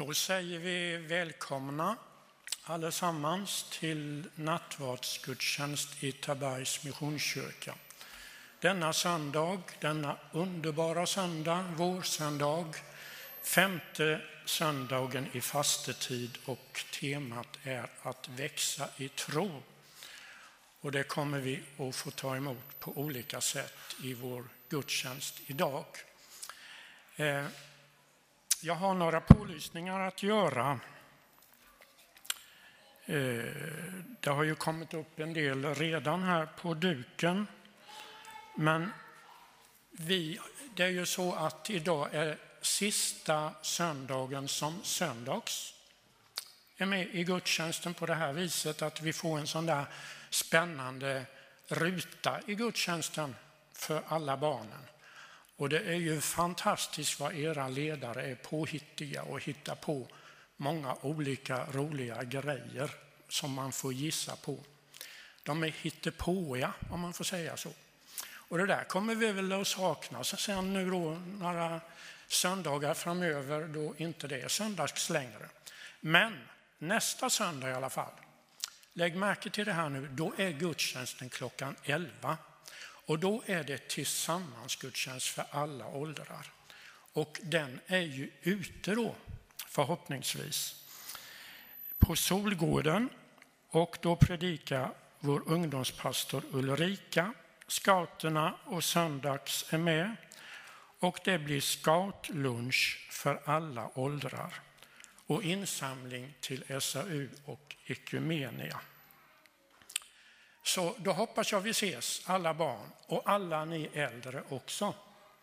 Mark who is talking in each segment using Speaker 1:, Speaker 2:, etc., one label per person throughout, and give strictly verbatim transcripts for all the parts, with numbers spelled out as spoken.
Speaker 1: Då säger vi välkomna allesammans till nattvardsgudstjänst i Tabergs Missionskyrka. Denna söndag, denna underbara söndag, vårsöndag, femte söndagen i fastetid, och temat är att växa i tro. Och det kommer vi att få ta emot på olika sätt i vår gudstjänst idag. Eh, Jag har några pålysningar att göra. Det har ju kommit upp en del redan här på duken. Men vi, det är ju så att idag är sista söndagen som söndags är med i gudstjänsten på det här viset, att vi får en sån där spännande ruta i gudstjänsten för alla barnen. Och det är ju fantastiskt vad era ledare är påhittiga och hittar på många olika roliga grejer som man får gissa på. De är hittepåiga, om man får säga så. Och det där kommer vi väl att sakna sen nu då några söndagar framöver då inte det är söndags längre. Men nästa söndag i alla fall, lägg märke till det här nu, då är gudstjänsten klockan elva. Och då är det tillsammans gudstjänst för alla åldrar. Och den är ju ute då, förhoppningsvis, på Solgården. Och då predikar vår ungdomspastor Ulrika. Scouterna och söndags är med. Och det blir scoutlunch för alla åldrar. Och insamling till S A U och Ekumenia. Så då hoppas jag vi ses, alla barn och alla ni äldre också.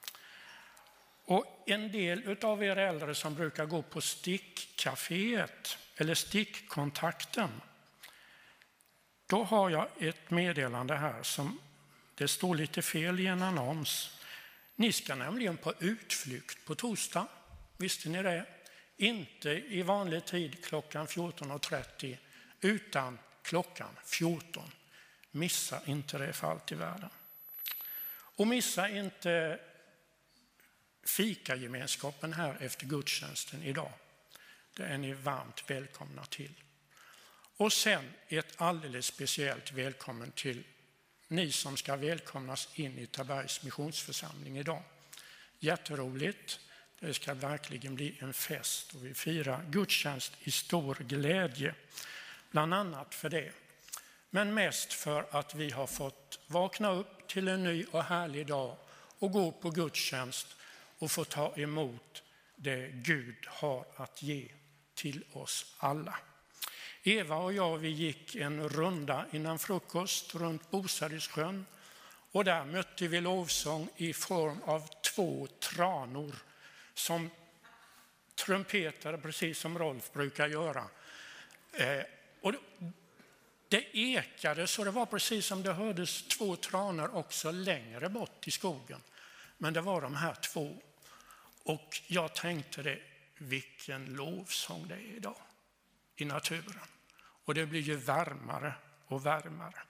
Speaker 1: Och en del av er äldre som brukar gå på stickcaféet eller stickkontakten, då har jag ett meddelande här som det står lite fel i en annons. Ni ska nämligen på utflykt på torsdag, visste ni det? Inte i vanlig tid klockan fjorton trettio utan klockan fjorton. Missa inte det för allt i världen. Och missa inte fikagemenskapen här efter gudstjänsten idag. Det är ni varmt välkomna till. Och sen ett alldeles speciellt välkommen till ni som ska välkomnas in i Tabergs missionsförsamling idag. Jätteroligt. Det ska verkligen bli en fest och vi firar gudstjänst i stor glädje. Bland annat för det. Men mest för att vi har fått vakna upp till en ny och härlig dag och gå på gudstjänst och få ta emot det Gud har att ge till oss alla. Eva och jag, vi gick en runda innan frukost runt Bosadissjön och där mötte vi lovsång i form av två tranor som trumpetade precis som Rolf brukar göra. Eh, och det ekade så det var precis som det hördes två tranor också längre bort i skogen. Men det var de här två. Och jag tänkte det, vilken lovsång det är idag i naturen. Och det blir ju varmare och varmare.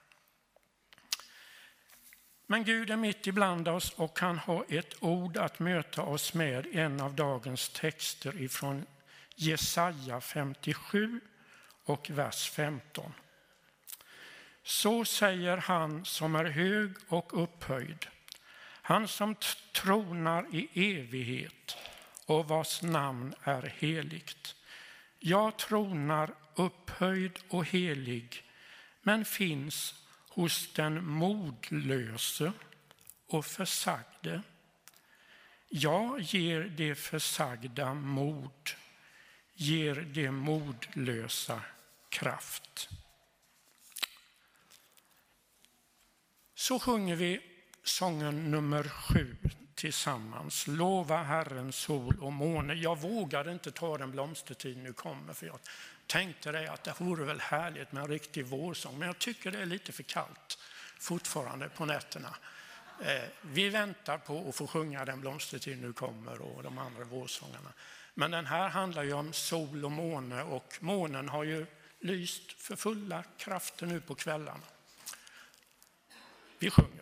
Speaker 1: Men Gud är mitt ibland oss och han har ett ord att möta oss med, en av dagens texter ifrån Jesaja femtiosju och vers femton. Så säger han som är hög och upphöjd, han som tronar i evighet och vars namn är heligt. Jag tronar upphöjd och helig, men finns hos den modlöse och försagde. Jag ger det försagda mod, ger det modlösa kraft. Så sjunger vi sången nummer sju tillsammans. Lova Herren sol och måne. Jag vågade inte ta den blomstertid nu kommer, för jag tänkte det att det vore väl härligt med en riktig vårsång. Men jag tycker det är lite för kallt fortfarande på nätterna. Eh, vi väntar på att få sjunga den blomstertid nu kommer och de andra vårsångarna. Men den här handlar ju om sol och måne, och månen har ju lyst för fulla krafter nu på kvällarna. Vi sjunger.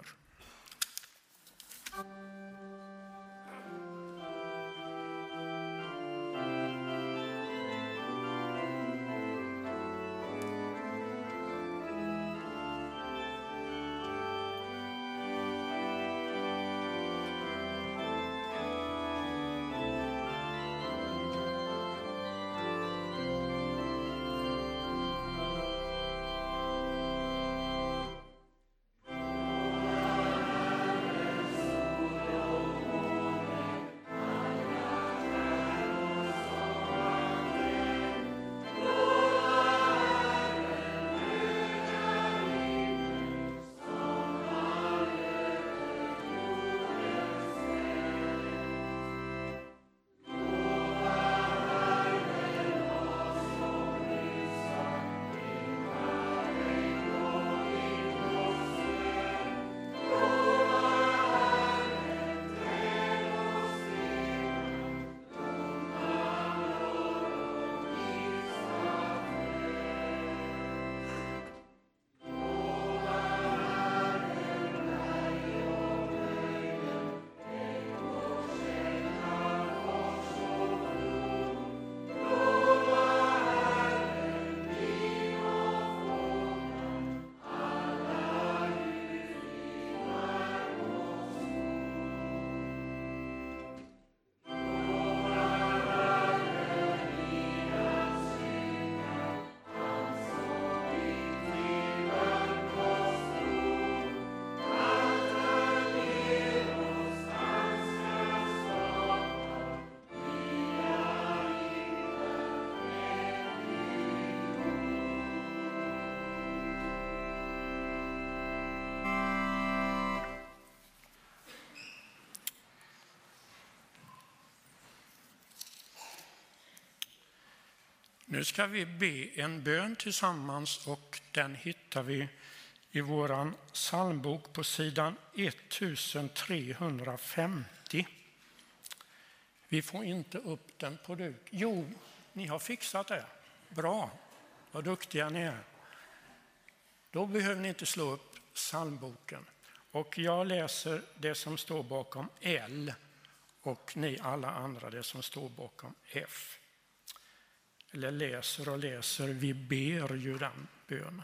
Speaker 1: Nu ska vi be en bön tillsammans och den hittar vi i våran psalmbok på sidan ettusentrehundrafemtio. Vi får inte upp den på duk. Jo, ni har fixat det. Bra, vad duktiga ni är. Då behöver ni inte slå upp psalmboken. Och jag läser det som står bakom L och ni alla andra det som står bakom F. Eller läser och läser, vi ber ju den bönen.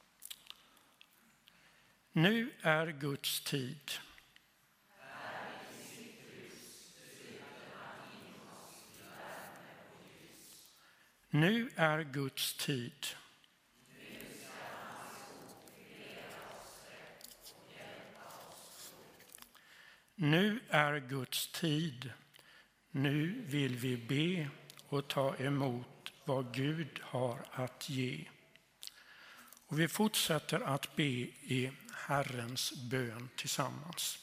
Speaker 1: Nu är Guds tid. Nu är Guds tid. Nu är Guds tid. Nu vill vi be och ta emot vad Gud har att ge. Och vi fortsätter att be i Herrens bön tillsammans.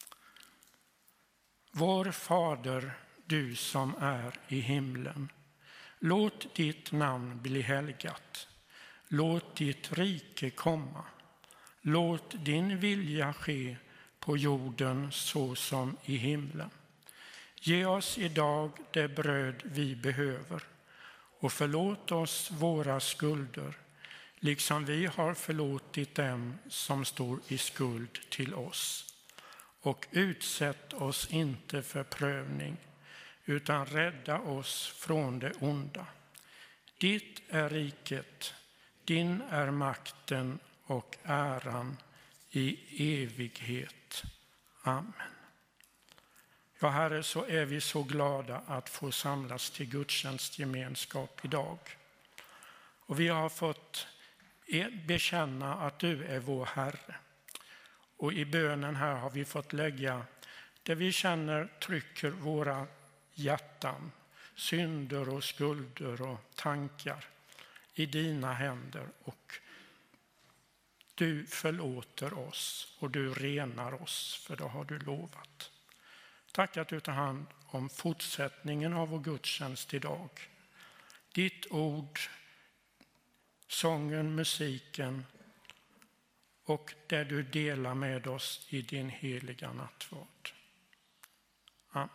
Speaker 1: Vår Fader, du som är i himlen. Låt ditt namn bli helgat. Låt ditt rike komma. Låt din vilja ske på jorden så som i himlen. Ge oss idag det bröd vi behöver och förlåt oss våra skulder liksom vi har förlåtit dem som står i skuld till oss. Och utsätt oss inte för prövning utan rädda oss från det onda. Ditt är riket, din är makten och äran i evighet. Amen. Ja, Herre, så är vi så glada att få samlas till gudstjänstgemenskap idag. Och vi har fått bekänna att du är vår Herre. Och i bönen här har vi fått lägga det vi känner trycker våra hjärtan, synder och skulder och tankar i dina händer. Och du förlåter oss och du renar oss, för det har du lovat. Tack att du tar hand om fortsättningen av vår gudstjänst idag. Ditt ord, sången, musiken och det du delar med oss i din heliga nattvard. Amen.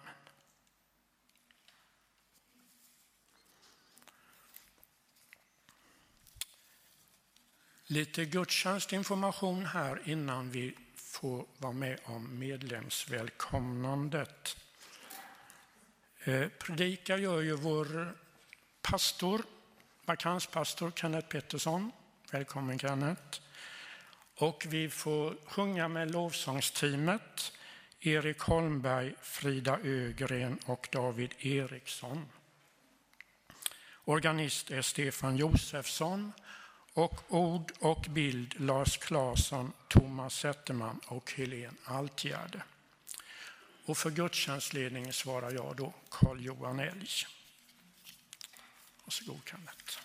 Speaker 1: Lite gudstjänstinformation här innan vi får vara med om medlemsvälkomnandet. Predika gör ju vår pastor, vakanspastor Kenneth Pettersson. Välkommen Kenneth. Och vi får sjunga med lovsångsteamet Erik Holmberg, Frida Ögren och David Eriksson. Organist är Stefan Josefsson och ord och bild Lars Claesson, Thomas Zetterman och Helene Altgärde. Och för gudstjänstledningen svarar jag då Carl-Johan Elg. Varsågod Kenneth.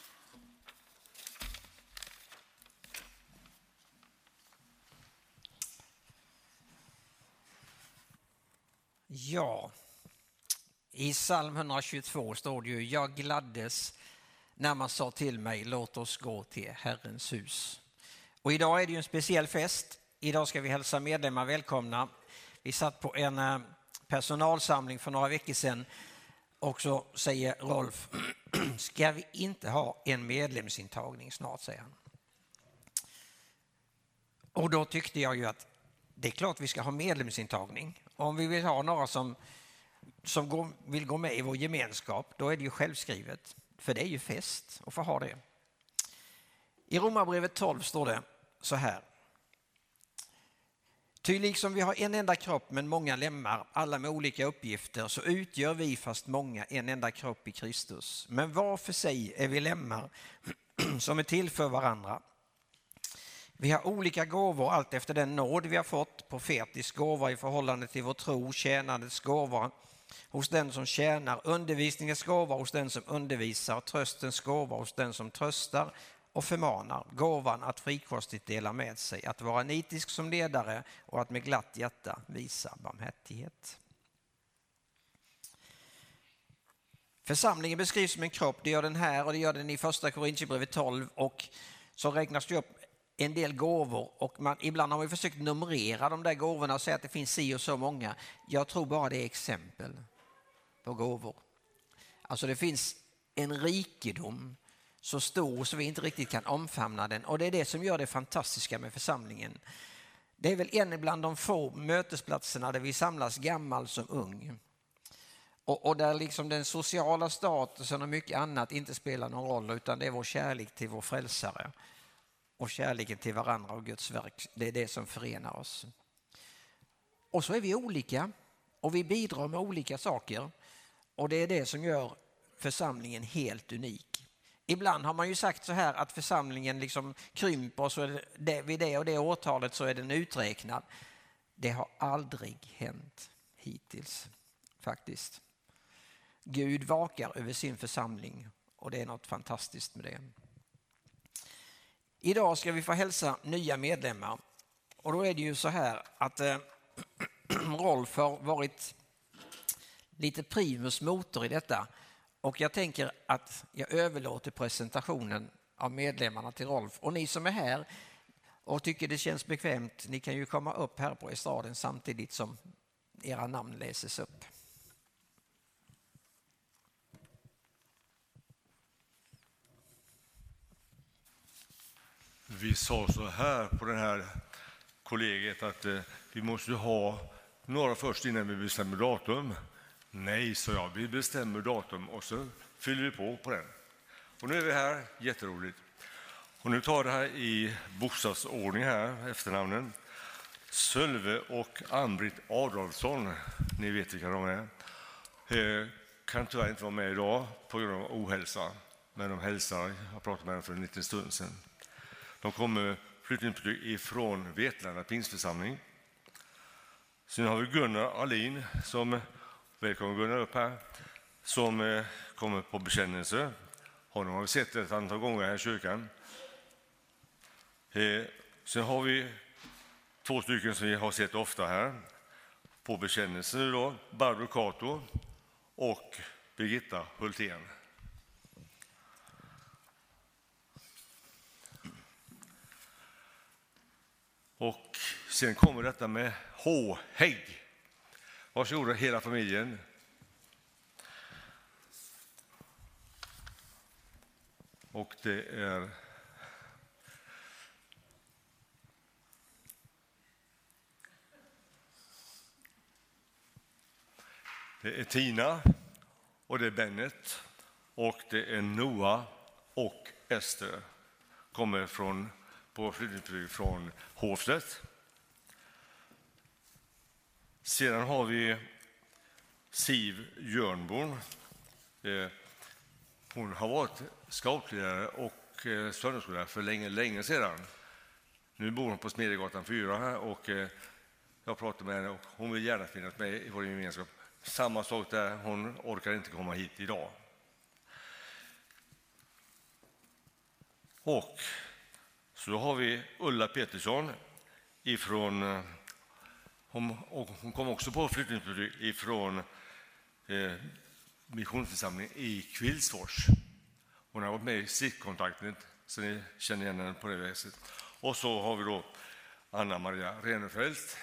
Speaker 2: Ja, i psalm etthundratjugotvå står det ju: jag gladdes när man sa till mig, låt oss gå till Herrens hus. Och idag är det ju en speciell fest. Idag ska vi hälsa medlemmar välkomna. Vi satt på en personalsamling för några veckor sedan och så säger Rolf, ska vi inte ha en medlemsintagning snart, säger han. Och då tyckte jag ju att det är klart vi ska ha medlemsintagning. Om vi vill ha några som, som går, vill gå med i vår gemenskap, då är det ju självskrivet. För det är ju fest att få ha det. I Romarbrevet tolv står det så här: ty liksom vi har en enda kropp men många lemmar, alla med olika uppgifter, så utgör vi fast många en enda kropp i Kristus. Men var för sig är vi lemmar som är till för varandra. Vi har olika gåvor allt efter den nåd vi har fått: profetisk gåva i förhållande till vår tro, tjänandets gåva hos den som tjänar, undervisningens gåva hos den som undervisar, tröstens gåva hos den som tröstar och förmanar, gåvan att frikostigt dela med sig, att vara nitisk som ledare och att med glatt hjärta visa barmhärtighet. Församlingen beskrivs som en kropp, det gör den här och det gör den i första Korinthierbrevet tolv, och så räknas det upp en del gåvor, och man, ibland har vi försökt numrera de där gåvorna och säga att det finns si och så många. Jag tror bara det är exempel på gåvor. Alltså det finns en rikedom så stor så vi inte riktigt kan omfamna den, och det är det som gör det fantastiska med församlingen. Det är väl en bland de få mötesplatserna där vi samlas gammal som ung. Och, och där liksom den sociala statusen och mycket annat inte spelar någon roll, utan det är vår kärlek till vår frälsare och kärleken till varandra och Guds verk. Det är det som förenar oss. Och så är vi olika och vi bidrar med olika saker, och det är det som gör församlingen helt unik. Ibland har man ju sagt så här att församlingen liksom krymper, så är det, vid det och det årtalet så är den uträknad. Det har aldrig hänt hittills faktiskt. Gud vakar över sin församling, och det är något fantastiskt med det. Idag ska vi få hälsa nya medlemmar, och då är det ju så här att eh, Rolf har varit lite primus motor i detta, och jag tänker att jag överlåter presentationen av medlemmarna till Rolf, och ni som är här och tycker det känns bekvämt, ni kan ju komma upp här på estraden samtidigt som era namn läses upp.
Speaker 3: Vi sa så här på den här kollegiet att eh, vi måste ha några först innan vi bestämmer datum. Nej, så jag, vi bestämmer datum och så fyller vi på på den. Och nu är vi här, jätteroligt. Och nu tar det här i bokstavsordning här, efternamnen. Sölve och Ann-Britt Adolfsson, ni vet vilka de är, eh, kan tyvärr inte vara med idag på grund av ohälsa. Men de hälsar, jag pratade med dem för en liten stund sedan. De kommer flyttningsbetyg ifrån Vetlanda Pingstförsamling. Sen har vi Gunnar Alin, som, välkommen Gunnar upp här, som eh, kommer på bekännelse. Honom har vi sett ett antal gånger här i kyrkan. Eh, sen har vi två stycken som vi har sett ofta här på bekännelse nu då, Barbro Kato och Birgitta Hultén. Och sen kommer detta med H-hägg. Varsågoda hela familjen. Och det är det är Tina och det är Bennet och det är Noah och Ester. Kommer från på flyttningsbetyg från Hovslätt. Sedan har vi Siv Jörnborn. Hon har varit scoutledare och söndagsskollärare för länge, länge sedan. Nu bor hon på Smedjegatan fyra här, och jag pratade med henne och hon vill gärna finnas med i vår gemenskap. Samma sak där, hon orkar inte komma hit idag. Och så då har vi Ulla Petersson ifrån, hon, och hon kom också på flyttningsbetyg ifrån eh, missionsförsamlingen i Kvillsfors. Hon har varit med i stickkontakten, så ni känner igen henne på det viset. Och så har vi då Anna-Maria Renefelt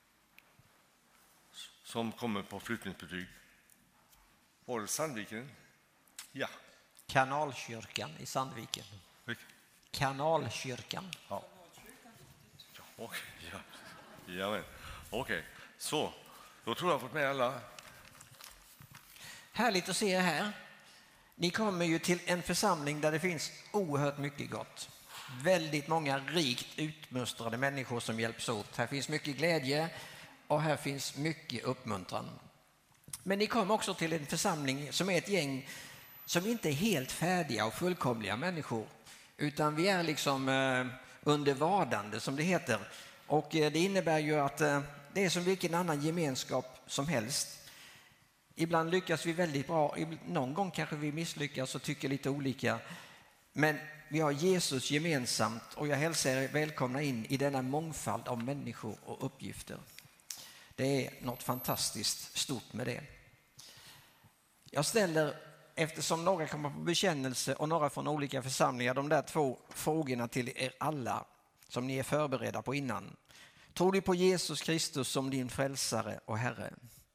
Speaker 3: som kommer på flyttningsbetyg. Var det Sandviken? Ja.
Speaker 2: Kanalkyrkan i Sandviken.
Speaker 3: Vilka?
Speaker 2: Kanalkyrkan.
Speaker 3: Ja. Ja, okej. Ja. Ja, men. Okej. Så, då tror jag jag fått med alla.
Speaker 2: Härligt att se er här. Ni kommer ju till en församling där det finns oerhört mycket gott. Väldigt många rikt utmustrade människor som hjälps åt. Här finns mycket glädje och här finns mycket uppmuntran. Men ni kommer också till en församling som är ett gäng som inte är helt färdiga och fullkomliga människor, utan vi är liksom eh, under vardande som det heter. Och eh, det innebär ju att eh, det är som vilken annan gemenskap som helst. Ibland lyckas vi väldigt bra, någon gång kanske vi misslyckas och tycker lite olika. Men vi har Jesus gemensamt, och jag hälsar er välkomna in i denna mångfald av människor och uppgifter. Det är något fantastiskt stort med det. Jag ställer eftersom några kommer på bekännelse och några från olika församlingar, de där två frågorna till er alla som ni är förberedda på innan. Tror du på Jesus Kristus som din frälsare och Herre?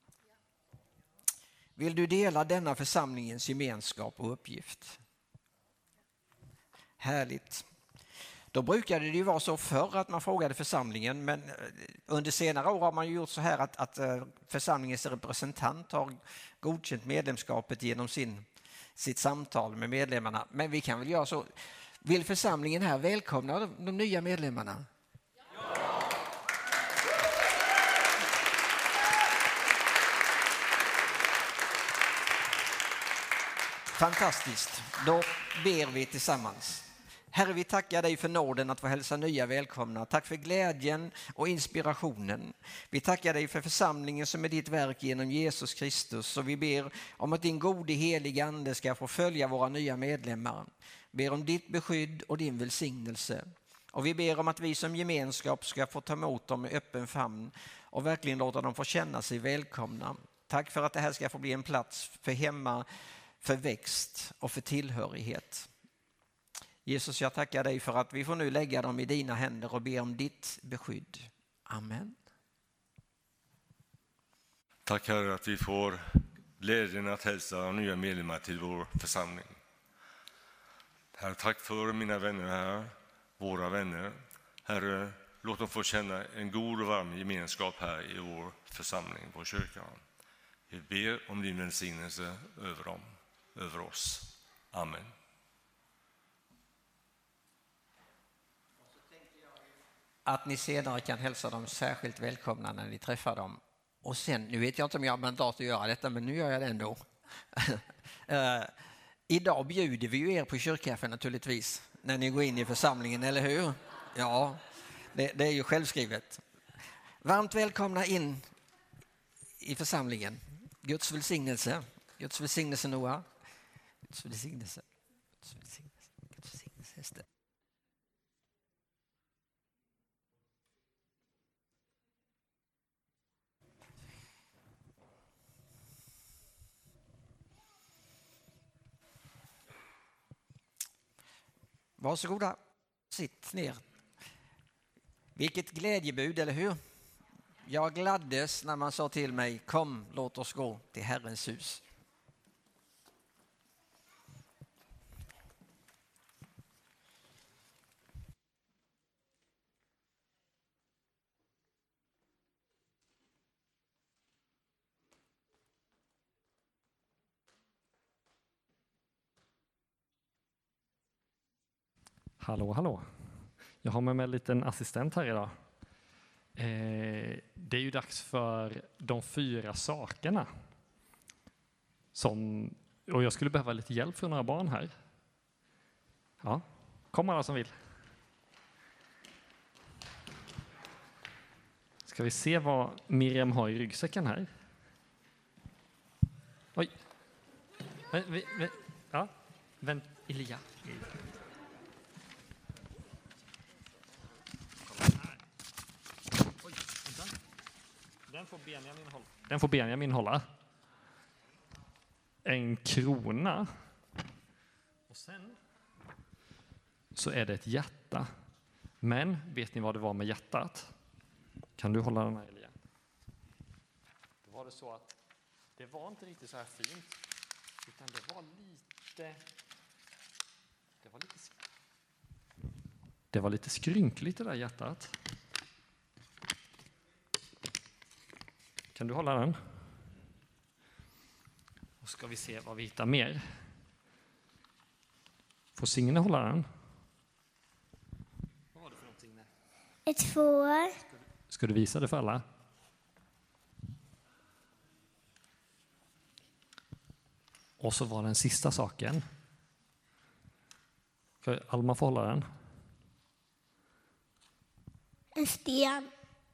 Speaker 2: Vill du dela denna församlingens gemenskap och uppgift? Härligt. Då brukade det ju vara så förr att man frågade församlingen, men under senare år har man ju gjort så här att, att församlingens representant har godkänt medlemskapet genom sin, sitt samtal med medlemmarna. Men vi kan väl göra så. Vill församlingen här välkomna de, de nya medlemmarna? Ja! Fantastiskt. Då ber vi tillsammans. Herre, vi tackar dig för nåden att få hälsa nya välkomna. Tack för glädjen och inspirationen. Vi tackar dig för församlingen som är ditt verk genom Jesus Kristus. Och vi ber om att din gode heliga ande ska få följa våra nya medlemmar. Vi ber om ditt beskydd och din välsignelse. Och vi ber om att vi som gemenskap ska få ta emot dem med öppen famn och verkligen låta dem få känna sig välkomna. Tack för att det här ska få bli en plats för hemma, för växt och för tillhörighet. Jesus, jag tackar dig för att vi får nu lägga dem i dina händer och be om ditt beskydd. Amen.
Speaker 3: Tack Herre att vi får glädjen att hälsa nya medlemmar till vår församling. Herre, tack för mina vänner här, våra vänner. Herre, låt dem få känna en god och varm gemenskap här i vår församling, vår kyrka. Vi ber om din välsignelse över dem, över oss. Amen.
Speaker 2: Att ni senare kan hälsa dem särskilt välkomna när ni träffar dem. Och sen, nu vet jag inte om jag har mandat att göra detta, men nu gör jag det ändå. uh, idag bjuder vi ju er på kyrkkaffe naturligtvis, när ni går in i församlingen, eller hur? Ja, det, det är ju självskrivet. Varmt välkomna in i församlingen. Guds välsignelse. Guds välsignelse, Noah. Guds välsignelse. Guds välsignelse. Guds välsignelse, Ester. Varsågoda, sitt ner. Vilket glädjebud, eller hur? Jag gladdes när man sa till mig, kom, låt oss gå till Herrens hus.
Speaker 4: Hallå, hallå. Jag har med mig en liten assistent här idag. Eh, det är ju dags för de fyra sakerna. Som, och jag skulle behöva lite hjälp från några barn här. Ja, kom alla som vill. Ska vi se vad Miriam har i ryggsäcken här. Oj. Vä, vä, vä, ja, vänt, Elia. Den får Benjamin hålla. Den får Benjamin hålla. En krona. Och sen så är det ett hjärta. Men vet ni vad det var med hjärtat? Kan du hålla den här, Elia? Då var det så att det var inte riktigt så här fint, utan det var lite det var lite det var lite skrynkligt, det där hjärtat. Kan du hålla den? Och ska vi se vad vi hittar mer. Får Signe hålla den? Vad har du för någonting där?
Speaker 5: Ett får.
Speaker 4: Ska du, ska du visa det för alla? Och så var den sista saken. Ska Alma få hålla den?
Speaker 5: En sten.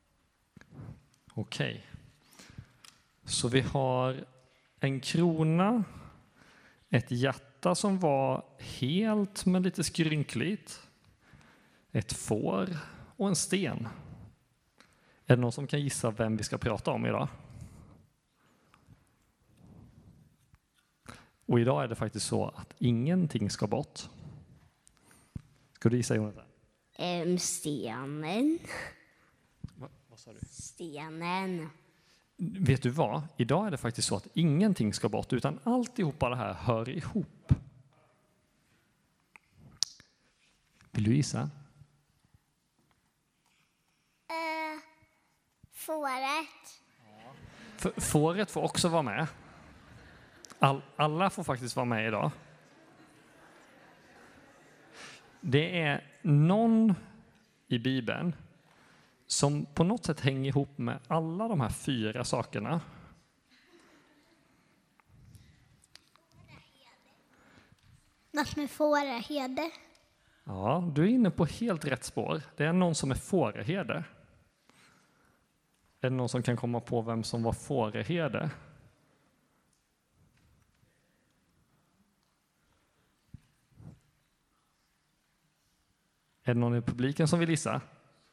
Speaker 4: Okej. Okay. Så vi har en krona, ett hjärta som var helt men lite skrynkligt, ett får och en sten. Är det någon som kan gissa vem vi ska prata om idag? Och idag är det faktiskt så att ingenting ska bort. Ska du gissa, Jonathan?
Speaker 5: Um, stenen.
Speaker 4: Va, vad sa du?
Speaker 5: Stenen.
Speaker 4: Vet du vad? Idag är det faktiskt så att ingenting ska bort, utan alltihopa det här hör ihop. Vill du gissa?
Speaker 5: Uh, fåret.
Speaker 4: F- fåret får också vara med. All, alla får faktiskt vara med idag. Det är någon i Bibeln som på något sätt hänger ihop med alla de här fyra sakerna.
Speaker 5: Något med fåraherde.
Speaker 4: Ja, du är inne på helt rätt spår. Det är någon som är fåraherde. Är det någon som kan komma på vem som var fåraherde? Är det någon i publiken som vill gissa?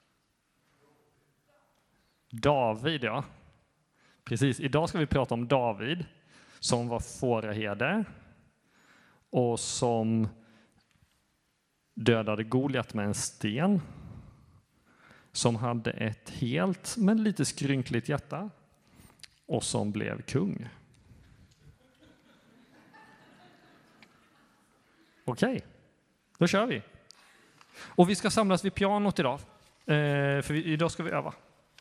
Speaker 4: David, ja. Precis, idag ska vi prata om David som var fåraherde och som dödade Goliat med en sten, som hade ett helt men lite skrynkligt hjärta och som blev kung. Okej, då kör vi. Och vi ska samlas vid pianot idag, eh, för vi, idag ska vi öva.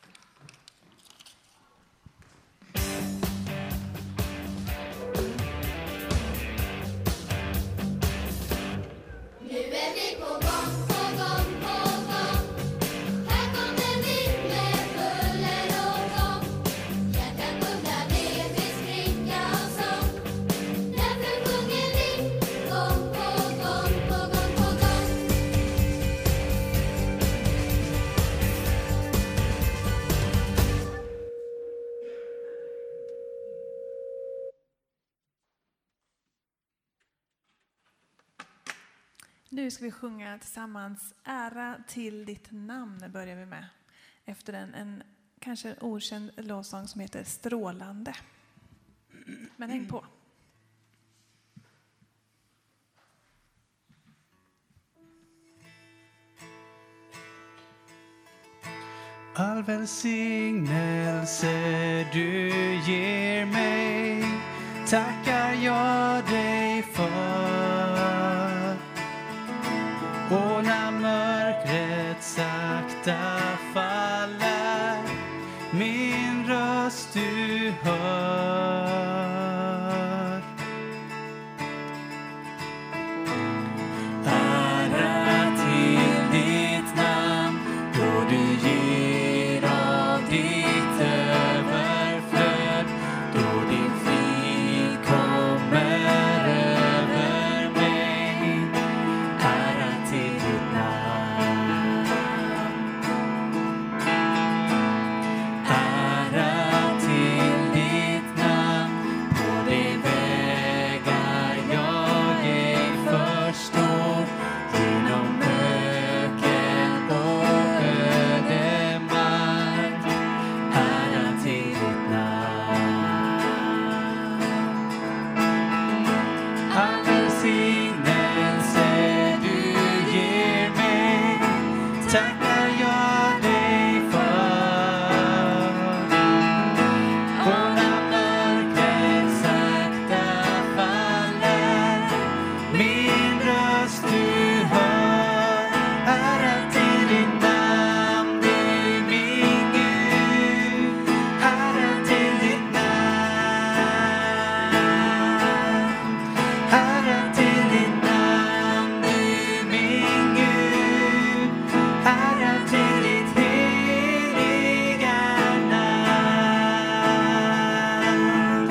Speaker 6: Nu ska vi sjunga tillsammans Ära till ditt namn, börjar vi med. Efter en, en kanske en okänd lovsång som heter Strålande. Men häng på.
Speaker 7: All välsignelse du ger mig tackar jag dig för. Och när mörkret sakta faller, min röst du hör. Ära till ditt namn, då du ger av ditt överflöd, då din frid kommer över mig. Ära till ditt namn. Ära till ditt namn, på de vägar jag ej förstår, genom öken och ödemark. Ära till ditt namn. All välsignelse du ger mig tackar jag dig för. Och när mörkret sakta faller, min röst du hör. Ära till ditt namn, du min Gud. Ära till ditt namn. Ära till ditt namn, du min Gud. Ära till ditt heliga namn.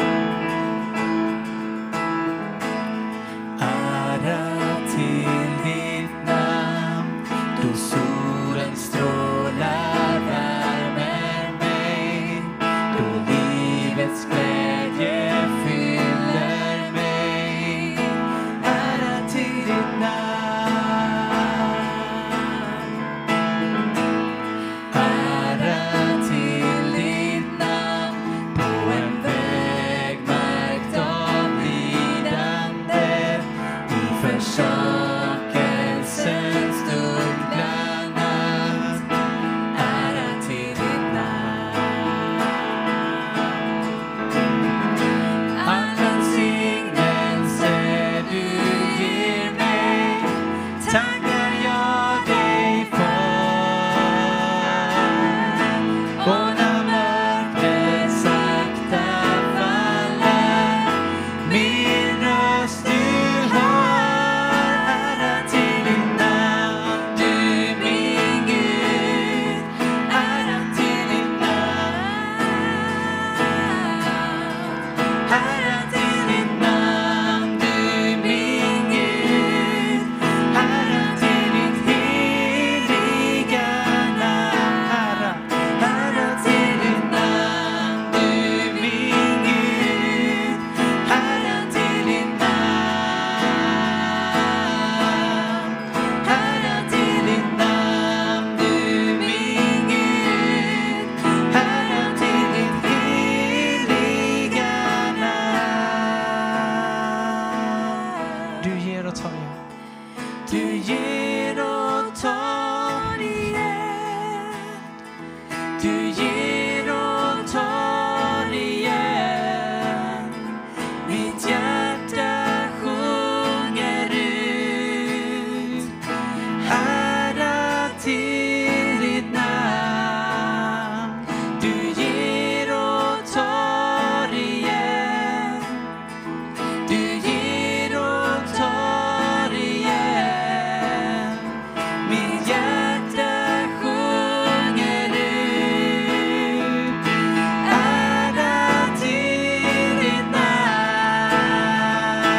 Speaker 7: Ära till ditt namn, då solen strålar värmer mig, då livets glädje fyller mig. Ära till ditt namn. Ära till ditt namn, på en väg märkt av lidande. Du ger och tar igen. Mitt hjärta sjunger ut. Ära till ditt namn. Du ger och tar igen. Du ger och tar igen. Mitt hjärta sjunger ut. Ära till ditt namn.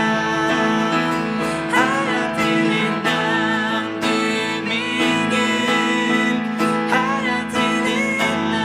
Speaker 7: Ära till ditt namn, du min Gud. Ära till ditt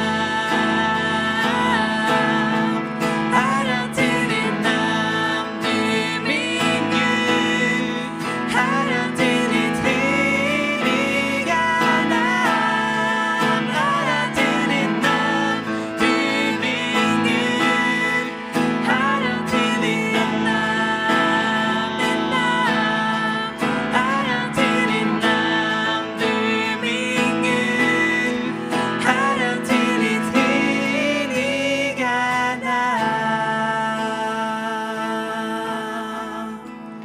Speaker 7: namn. Ära till ditt namn, du min Gud. Ära till ditt heliga namn. Ära till ditt namn, du min Gud. Ära till ditt namn, ditt namn. Ära till ditt namn, du min Gud. Ära till ditt heliga namn.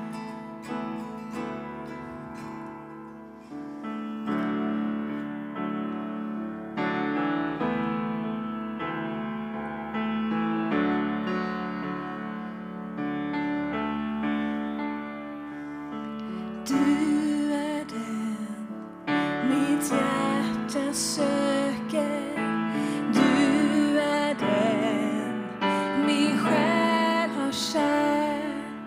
Speaker 7: Du är den mitt hjärta söker. Du är den min själ har kär.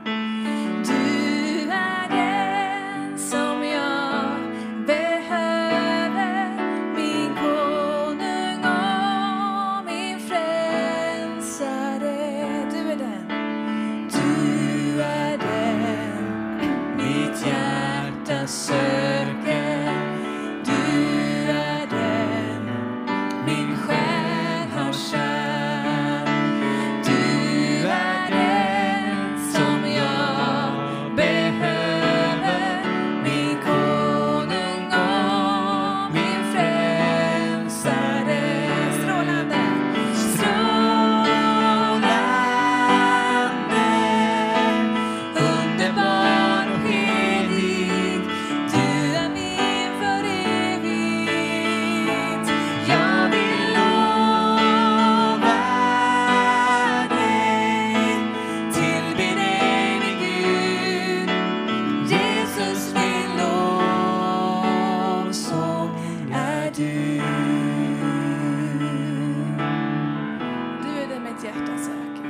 Speaker 7: Du är den som jag behöver, min konung och min frälsare. Du är den. Du är den mitt hjärta söker. Du är den min själ har kär. Du är den som jag behöver, min konung och min frälsare. Strålande, strålande, underbar och helig. Du är min för evigt. Jag vill lova dig, tillbe dig min Gud. Jesus, min lovsång är du. Du är den mitt hjärta söker.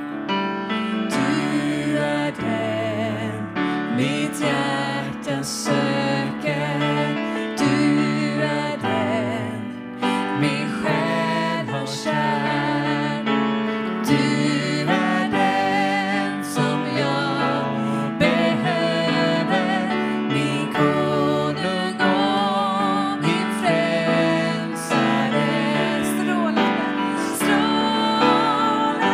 Speaker 7: Du är den mitt hjärta söker. Du är den min själ har kär. Du är den som jag behöver, min konung och min frälsare. Strålande, strålande,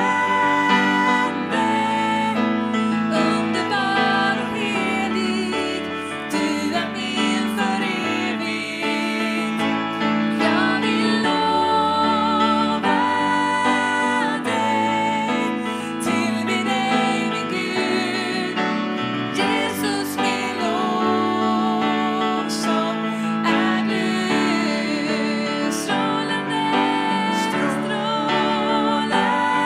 Speaker 7: underbar och helig. Du är min för evigt. Jag vill lova dig, tillbe dig min Gud. Jesus, min lovsång är du. Strålande, strålande,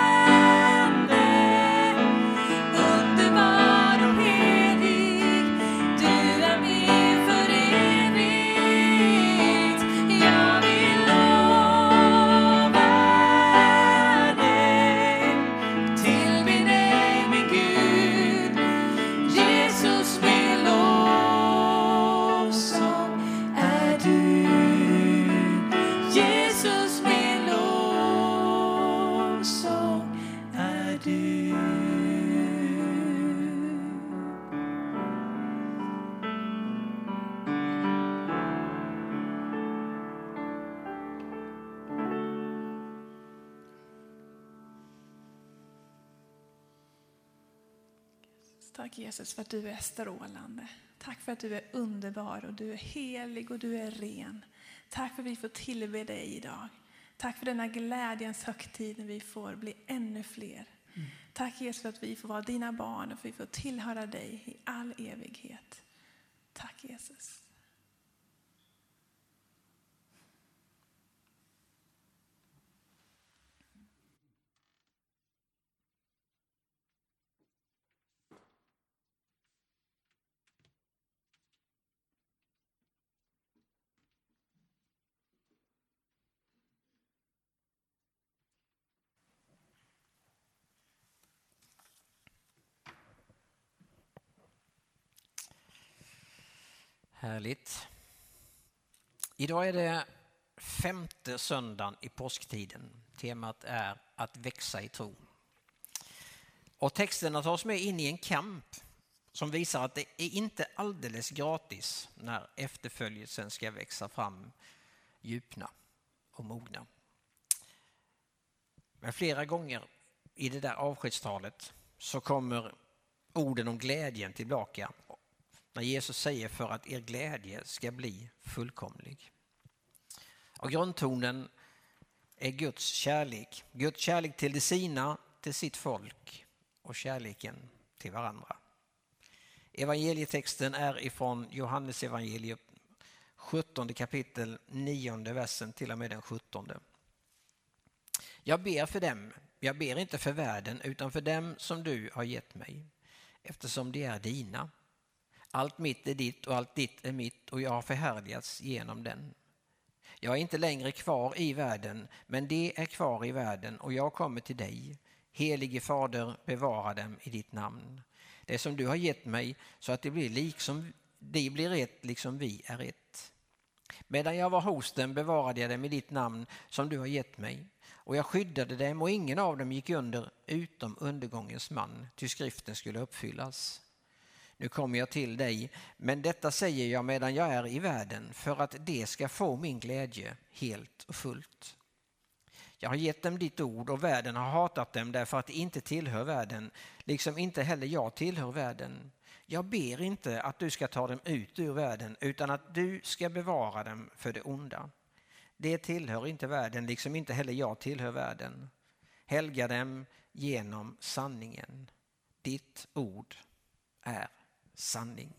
Speaker 7: underbar och helig. Du är min för evigt. Jag vill lova dig, tillbe dig min Gud. Jesus, min lovsång är du. Jesus, min lovsång är du. Tack Jesus för att du är strålande. Tack för att du är underbar och du är helig och du är ren. Tack för att vi får tillbe dig idag.
Speaker 6: Tack för denna glädjens högtid när vi får bli ännu fler. Mm. Tack Jesus för att vi får vara dina barn och för att vi får tillhöra dig i all evighet. Tack Jesus.
Speaker 2: Härligt. Idag är det femte söndagen i påsktiden. Temat är att växa i tro. Och texterna tar oss med in i en kamp som visar att det är inte alldeles gratis när efterföljelsen ska växa fram, djupna och mogna. Men flera gånger i det där avskedstalet så kommer orden om glädjen tillbaka. När Jesus säger för att er glädje ska bli fullkomlig. Och grundtonen är Guds kärlek. Guds kärlek till det sina, till sitt folk och kärleken till varandra. Evangelietexten är ifrån Johannes evangeliet sjuttonde kapitel, nionde versen till och med den sjuttonde. Jag ber för dem, jag ber inte för världen utan för dem som du har gett mig, eftersom de är dina. Allt mitt är ditt och allt ditt är mitt och jag har förhärligats genom den. Jag är inte längre kvar i världen, men det är kvar i världen och jag kommer till dig. Helige Fader, bevara dem i ditt namn. Det som du har gett mig så att det blir liksom, de blir ett liksom vi är ett. Medan jag var hos dem bevarade jag dem i ditt namn som du har gett mig. Och jag skyddade dem och ingen av dem gick under utom undergångens man, till skriften skulle uppfyllas. Nu kommer jag till dig, men detta säger jag medan jag är i världen för att det ska få min glädje helt och fullt. Jag har gett dem ditt ord och världen har hatat dem därför att de inte tillhör världen, liksom inte heller jag tillhör världen. Jag ber inte att du ska ta dem ut ur världen utan att du ska bevara dem för det onda. Det tillhör inte världen, liksom inte heller jag tillhör världen. Helga dem genom sanningen. Ditt ord är sanning.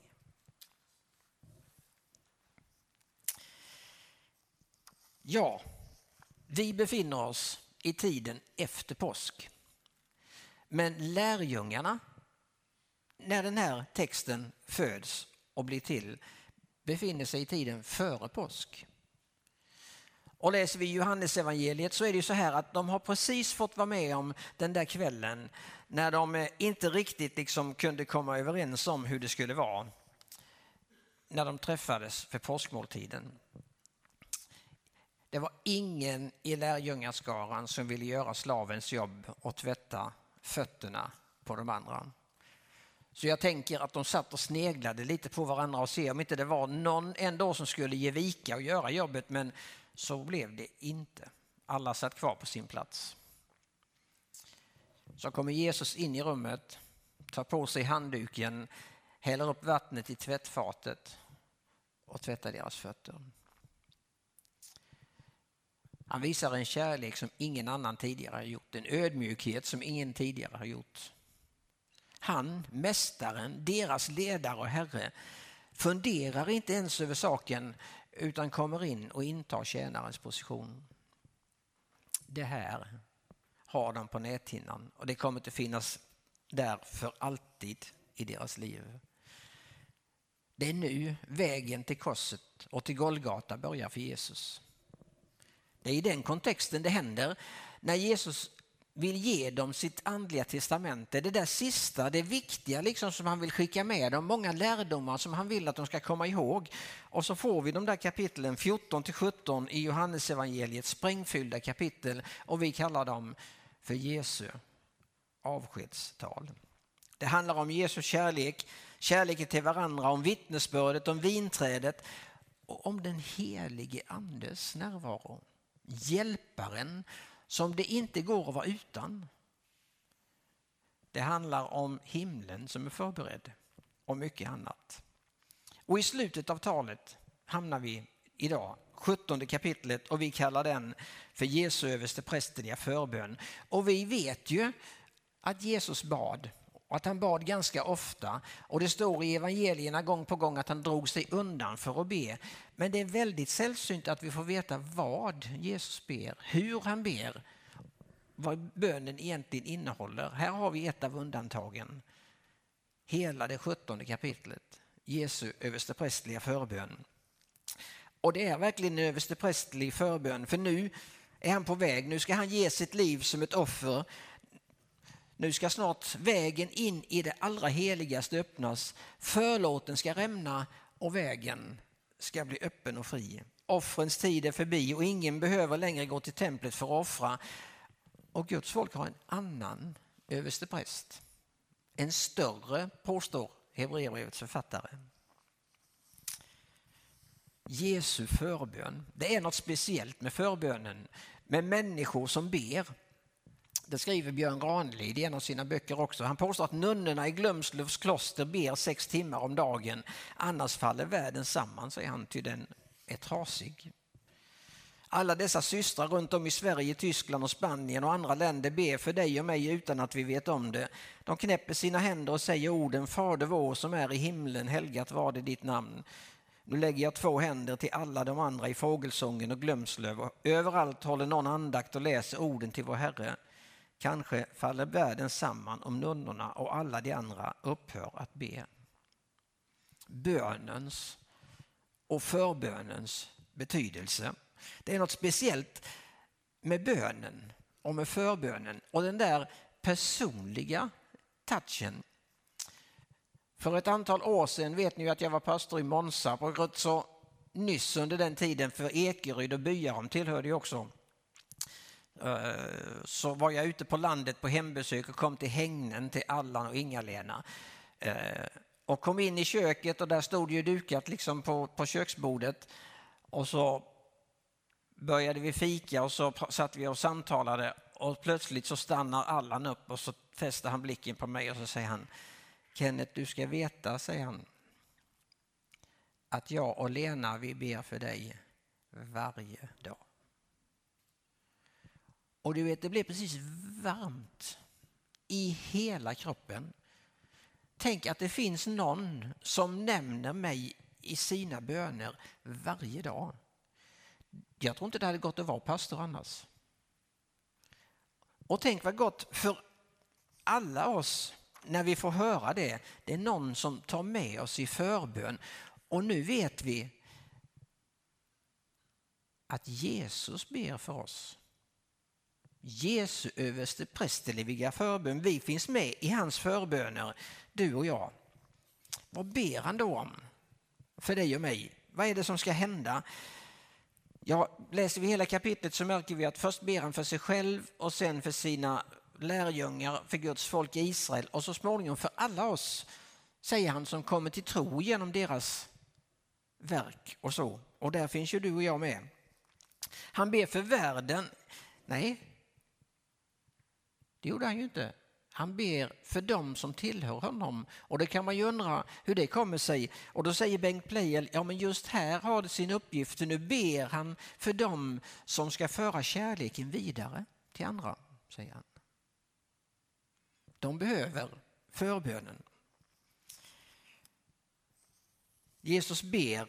Speaker 2: Ja, vi befinner oss i tiden efter påsk. Men lärjungarna, när den här texten föds och blir till, befinner sig i tiden före påsk. Och läser vi Johannes evangeliet så är det ju så här att de har precis fått vara med om den där kvällen när de inte riktigt liksom kunde komma överens om hur det skulle vara när de träffades för påskmåltiden. Det var ingen i lärjungaskaran som ville göra slavens jobb och tvätta fötterna på de andra. Så jag tänker att de satt och sneglade lite på varandra och se om inte det var någon ändå som skulle ge vika och göra jobbet, men så blev det inte. Alla satt kvar på sin plats. Så kommer Jesus in i rummet, tar på sig handduken, häller upp vattnet i tvättfatet och tvättar deras fötter. Han visar en kärlek som ingen annan tidigare har gjort, en ödmjukhet som ingen tidigare har gjort. Han, mästaren, deras ledare och herre, funderar inte ens över saken utan kommer in och intar tjänarens position. Det här har de på näthinnan och det kommer att finnas där för alltid i deras liv. Det är nu vägen till korset och till Golgata börjar för Jesus. Det är i den kontexten det händer när Jesus vill ge dem sitt andliga testamente. Det där sista, det viktiga liksom som han vill skicka med dem. Många lärdomar som han vill att de ska komma ihåg. Och så får vi de där kapitlen fjorton till sjutton i Johannes evangeliet, sprängfyllda kapitel. Och vi kallar dem för Jesu avskedstal. Det handlar om Jesu kärlek, kärleken till varandra, om vittnesbördet, om vinträdet och om den helige andes närvaro. Hjälparen som det inte går att vara utan. Det handlar om himlen som är förberedd och mycket annat. Och i slutet av talet hamnar vi idag sjuttonde kapitlet och vi kallar den för Jesu översteprästerliga förbön. Och vi vet ju att Jesus bad och att han bad ganska ofta. Och det står i evangelierna gång på gång att han drog sig undan för att be. Men det är väldigt sällsynt att vi får veta vad Jesus ber, hur han ber, vad bönen egentligen innehåller. Här har vi ett av undantagen. Hela det sjuttonde kapitlet, Jesu översteprästerliga förbön. Och det är verkligen en översteprästerlig förbön, för nu är han på väg. Nu ska han ge sitt liv som ett offer. Nu ska snart vägen in i det allra heligaste öppnas. Förlåten ska rämna och vägen ska bli öppen och fri. Offrens tid är förbi och ingen behöver längre gå till templet för att offra. Och Guds folk har en annan överstepräst. En större, påstår Hebreerbrevets författare. Jesu förbön. Det är något speciellt med förbönen. Med människor som ber. Det skriver Björn Ranelid i en av sina böcker också. Han påstår att nunnorna i Glömslövs kloster ber sex timmar om dagen. Annars faller världen samman, säger han, till den är trasig. Alla dessa systrar runt om i Sverige, Tyskland och Spanien och andra länder ber för dig och mig utan att vi vet om det. De knäpper sina händer och säger orden: Fader vår som är i himlen, helgat var det ditt namn. Nu lägger jag två händer till alla de andra i Fågelsången och Glömslöv. Och överallt håller någon andakt och läser orden till vår Herre. Kanske faller världen samman om nunnorna och alla de andra upphör att be. Bönens och förbönens betydelse. Det är något speciellt med bönen och med förbönen och den där personliga touchen. För ett antal år sedan vet ni att jag var pastor i Månsarp och så nyss under den tiden för Ekeryd och Byarum tillhörde jag också. Så var jag ute på landet på hembesök och kom till hängnen till Allan och Inga-Lena. Och kom in i köket och där stod ju dukat liksom på, på köksbordet. Och så började vi fika och så satt vi och samtalade och plötsligt så stannar Allan upp och så fäster han blicken på mig och så säger han: Kenneth, du ska veta, säger han, att jag och Lena vi ber för dig varje dag. Och du vet, det blev precis varmt i hela kroppen. Tänk att det finns någon som nämner mig i sina böner varje dag. Jag tror inte det hade gått att vara pastor annars. Och tänk vad gott för alla oss när vi får höra det. Det är någon som tar med oss i förbön. Och nu vet vi att Jesus ber för oss. Jesu översteprästerliga förbön. Vi finns med i hans förböner, du och jag. Vad ber han då om för dig och mig? Vad är det som ska hända? Ja, läser vi hela kapitlet så märker vi att först ber han för sig själv och sen för sina lärjungar, för Guds folk i Israel och så småningom för alla oss, säger han, som kommer till tro genom deras verk och så. Och där finns ju du och jag med. Han ber för världen. Nej, det gjorde han ju inte. Han ber för dem som tillhör honom. Och det kan man ju undra hur det kommer sig. Och då säger Bengt Pleijel, ja men just här har det sin uppgift. Nu ber han för dem som ska föra kärleken vidare till andra, säger han. De behöver förbönen. Jesus ber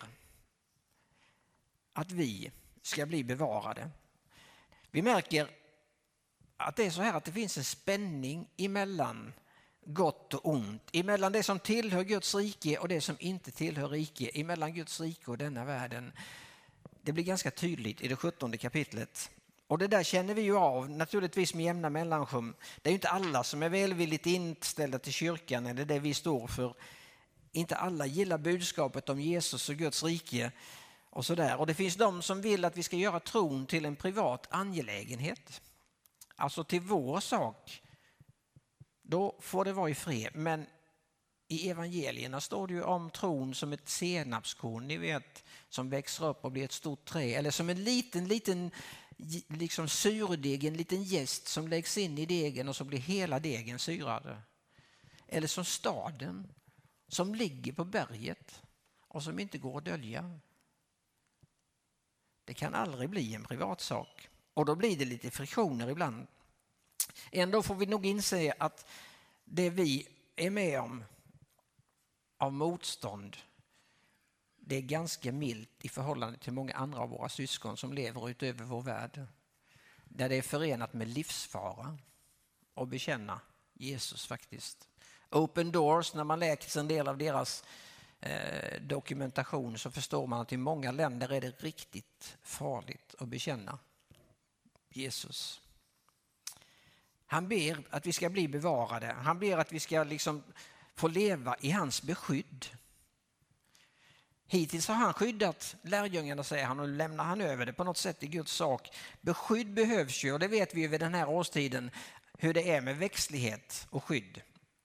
Speaker 2: att vi ska bli bevarade. Vi märker att det är så här att det finns en spänning emellan gott och ont, emellan det som tillhör Guds rike och det som inte tillhör rike, emellan Guds rike och denna världen. Det blir ganska tydligt i det sjuttonde kapitlet. Och det där känner vi ju av naturligtvis med jämna mellanrum. Det är ju inte alla som är välvilligt inställda till kyrkan eller det vi står för. Inte alla gillar budskapet om Jesus och Guds rike och sådär. Och det finns de som vill att vi ska göra tron till en privat angelägenhet. Alltså till vår sak. Då får det vara i fred. Men i evangelierna står det ju om tron som ett senapskorn, ni vet, som växer upp och blir ett stort trä. Eller som en liten, liten liksom surdeg, en liten jäst som läggs in i degen och så blir hela degen syrad. Eller som staden som ligger på berget och som inte går att dölja. Det kan aldrig bli en privatsak. Och då blir det lite friktioner ibland. Ändå får vi nog inse att det vi är med om av motstånd, det är ganska milt i förhållande till många andra av våra syskon som lever utöver vår värld. Där det är förenat med livsfara att bekänna Jesus faktiskt. Open Doors, när man läser en del av deras eh, dokumentation så förstår man att i många länder är det riktigt farligt att bekänna Jesus. Han ber att vi ska bli bevarade. Han ber att vi ska liksom få leva i hans beskydd. Hittills har han skyddat lärjungarna, säger han, och lämnar han över det på något sätt i Guds sak. Beskydd behövs ju, och det vet vi ju vid den här årstiden hur det är med växtlighet och skydd.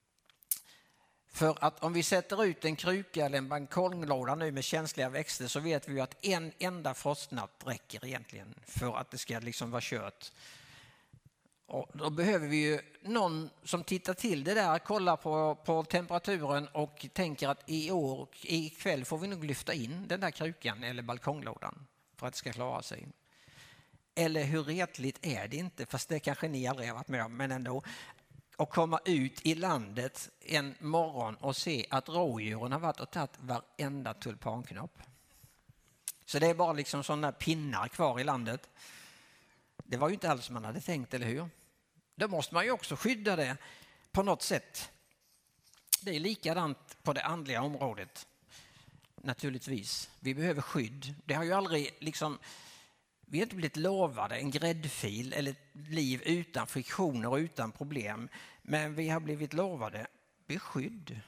Speaker 2: För att om vi sätter ut en kruka eller en balkonglåda nu med känsliga växter så vet vi ju att en enda frostnatt räcker egentligen för att det ska liksom vara kört. Och då behöver vi ju någon som tittar till det där, kollar på, på temperaturen och tänker att i år och ikväll får vi nog lyfta in den där krukan eller balkonglådan för att det ska klara sig. Eller hur retligt är det inte, fast det kanske ni aldrig har varit med om, men ändå. Och komma ut i landet en morgon och se att rådjuren har varit och tagit varenda tulpanknopp. Så det är bara liksom sådana pinnar kvar i landet. Det var ju inte alls man hade tänkt, eller hur? Då måste man ju också skydda det på något sätt. Det är likadant på det andliga området. Naturligtvis. Vi behöver skydd. Det har ju aldrig liksom... Vi har inte blivit lovade en gräddfil eller ett liv utan friktioner och utan problem. Men vi har blivit lovade beskydd.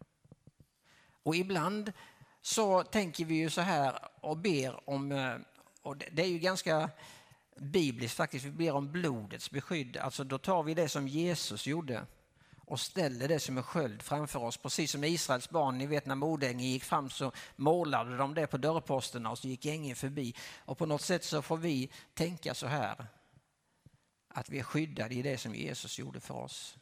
Speaker 2: Och ibland så tänker vi ju så här och ber om... Och det är ju ganska bibliskt faktiskt. Vi ber om blodets beskydd. Alltså då tar vi det som Jesus gjorde och ställer det som en sköld framför oss. Precis som Israels barn, ni vet när mordängen gick fram så målade de det på dörrposterna och så gick ängeln förbi. Och på något sätt så får vi tänka så här, att vi är skyddade i det som Jesus gjorde för oss.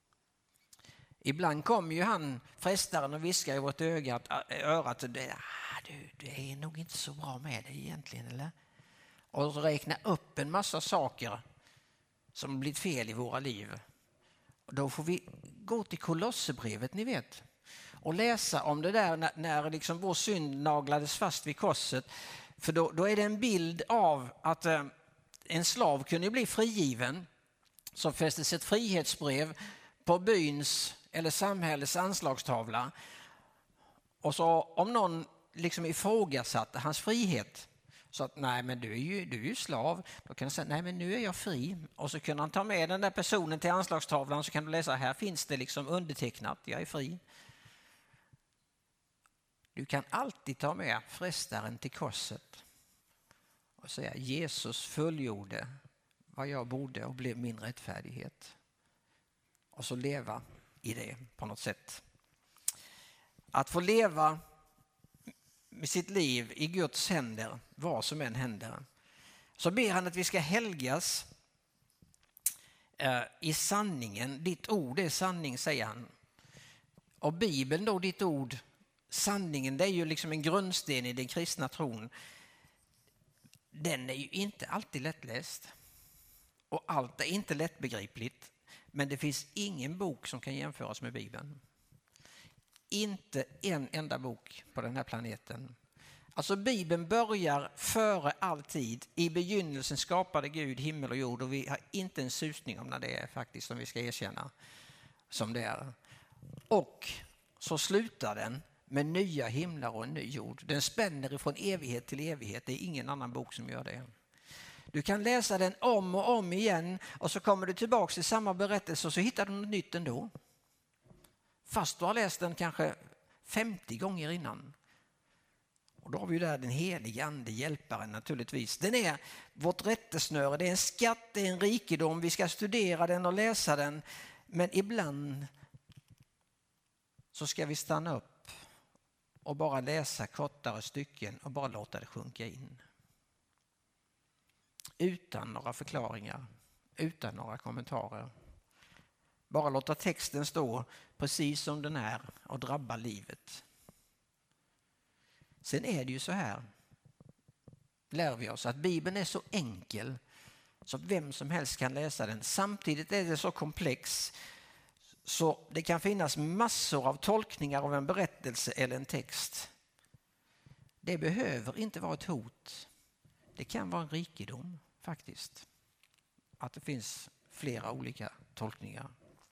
Speaker 2: Ibland kommer ju han, frestaren, och viskar i vårt öga, örat, ah, du, du är nog inte så bra med det egentligen, eller? Och så räkna upp en massa saker som blivit fel i våra liv. Då får vi gå till Kolosserbrevet, ni vet, och läsa om det där när, när liksom vår synd naglades fast vid korset. För då, då är det en bild av att eh, en slav kunde bli frigiven, som fästes ett frihetsbrev på byns eller samhällets anslagstavla. Och så om någon liksom ifrågasatte hans frihet, så att nej, men du är ju, du är ju slav. Då kan han säga nej, men nu är jag fri. Och så kan han ta med den där personen till anslagstavlan, så kan du läsa här finns det liksom undertecknat, jag är fri. Du kan alltid ta med frestaren till korset och säga Jesus fullgjorde vad jag borde och blev min rättfärdighet. Och så leva i det på något sätt. Att få leva med sitt liv i Guds händer, vad som än händer. Så ber han att vi ska helgas eh, i sanningen. Ditt ord är sanning, säger han. Och Bibeln då, ditt ord, sanningen, det är ju liksom en grundsten i den kristna tron. Den är ju inte alltid lättläst. Och allt är inte lättbegripligt. Men det finns ingen bok som kan jämföras med Bibeln. Inte en enda bok på den här planeten. Alltså Bibeln börjar före all tid. I begynnelsen skapade Gud himmel och jord, och vi har inte en susning om när det är faktiskt, som vi ska erkänna som det är. Och så slutar den med nya himlar och en ny jord. Den spänner ifrån evighet till evighet. Det är ingen annan bok som gör det. Du kan läsa den om och om igen och så kommer du tillbaka till samma berättelse och så hittar du något nytt ändå. Fast du har läst den kanske femtio gånger innan. Och då har vi ju där den heliga ande, hjälparen naturligtvis. Den är vårt rättesnöre, det är en skatt, det är en rikedom. Vi ska studera den och läsa den. Men ibland så ska vi stanna upp och bara läsa kortare stycken och bara låta det sjunka in. Utan några förklaringar, utan några kommentarer. Bara låta texten stå precis som den är och drabba livet. Sen är det ju så här. lär vi oss att Bibeln är så enkel så vem som helst kan läsa den. Samtidigt är det så komplex så det kan finnas massor av tolkningar av en berättelse eller en text. Det behöver inte vara ett hot. Det kan vara en rikedom faktiskt. Att det finns flera olika tolkningar.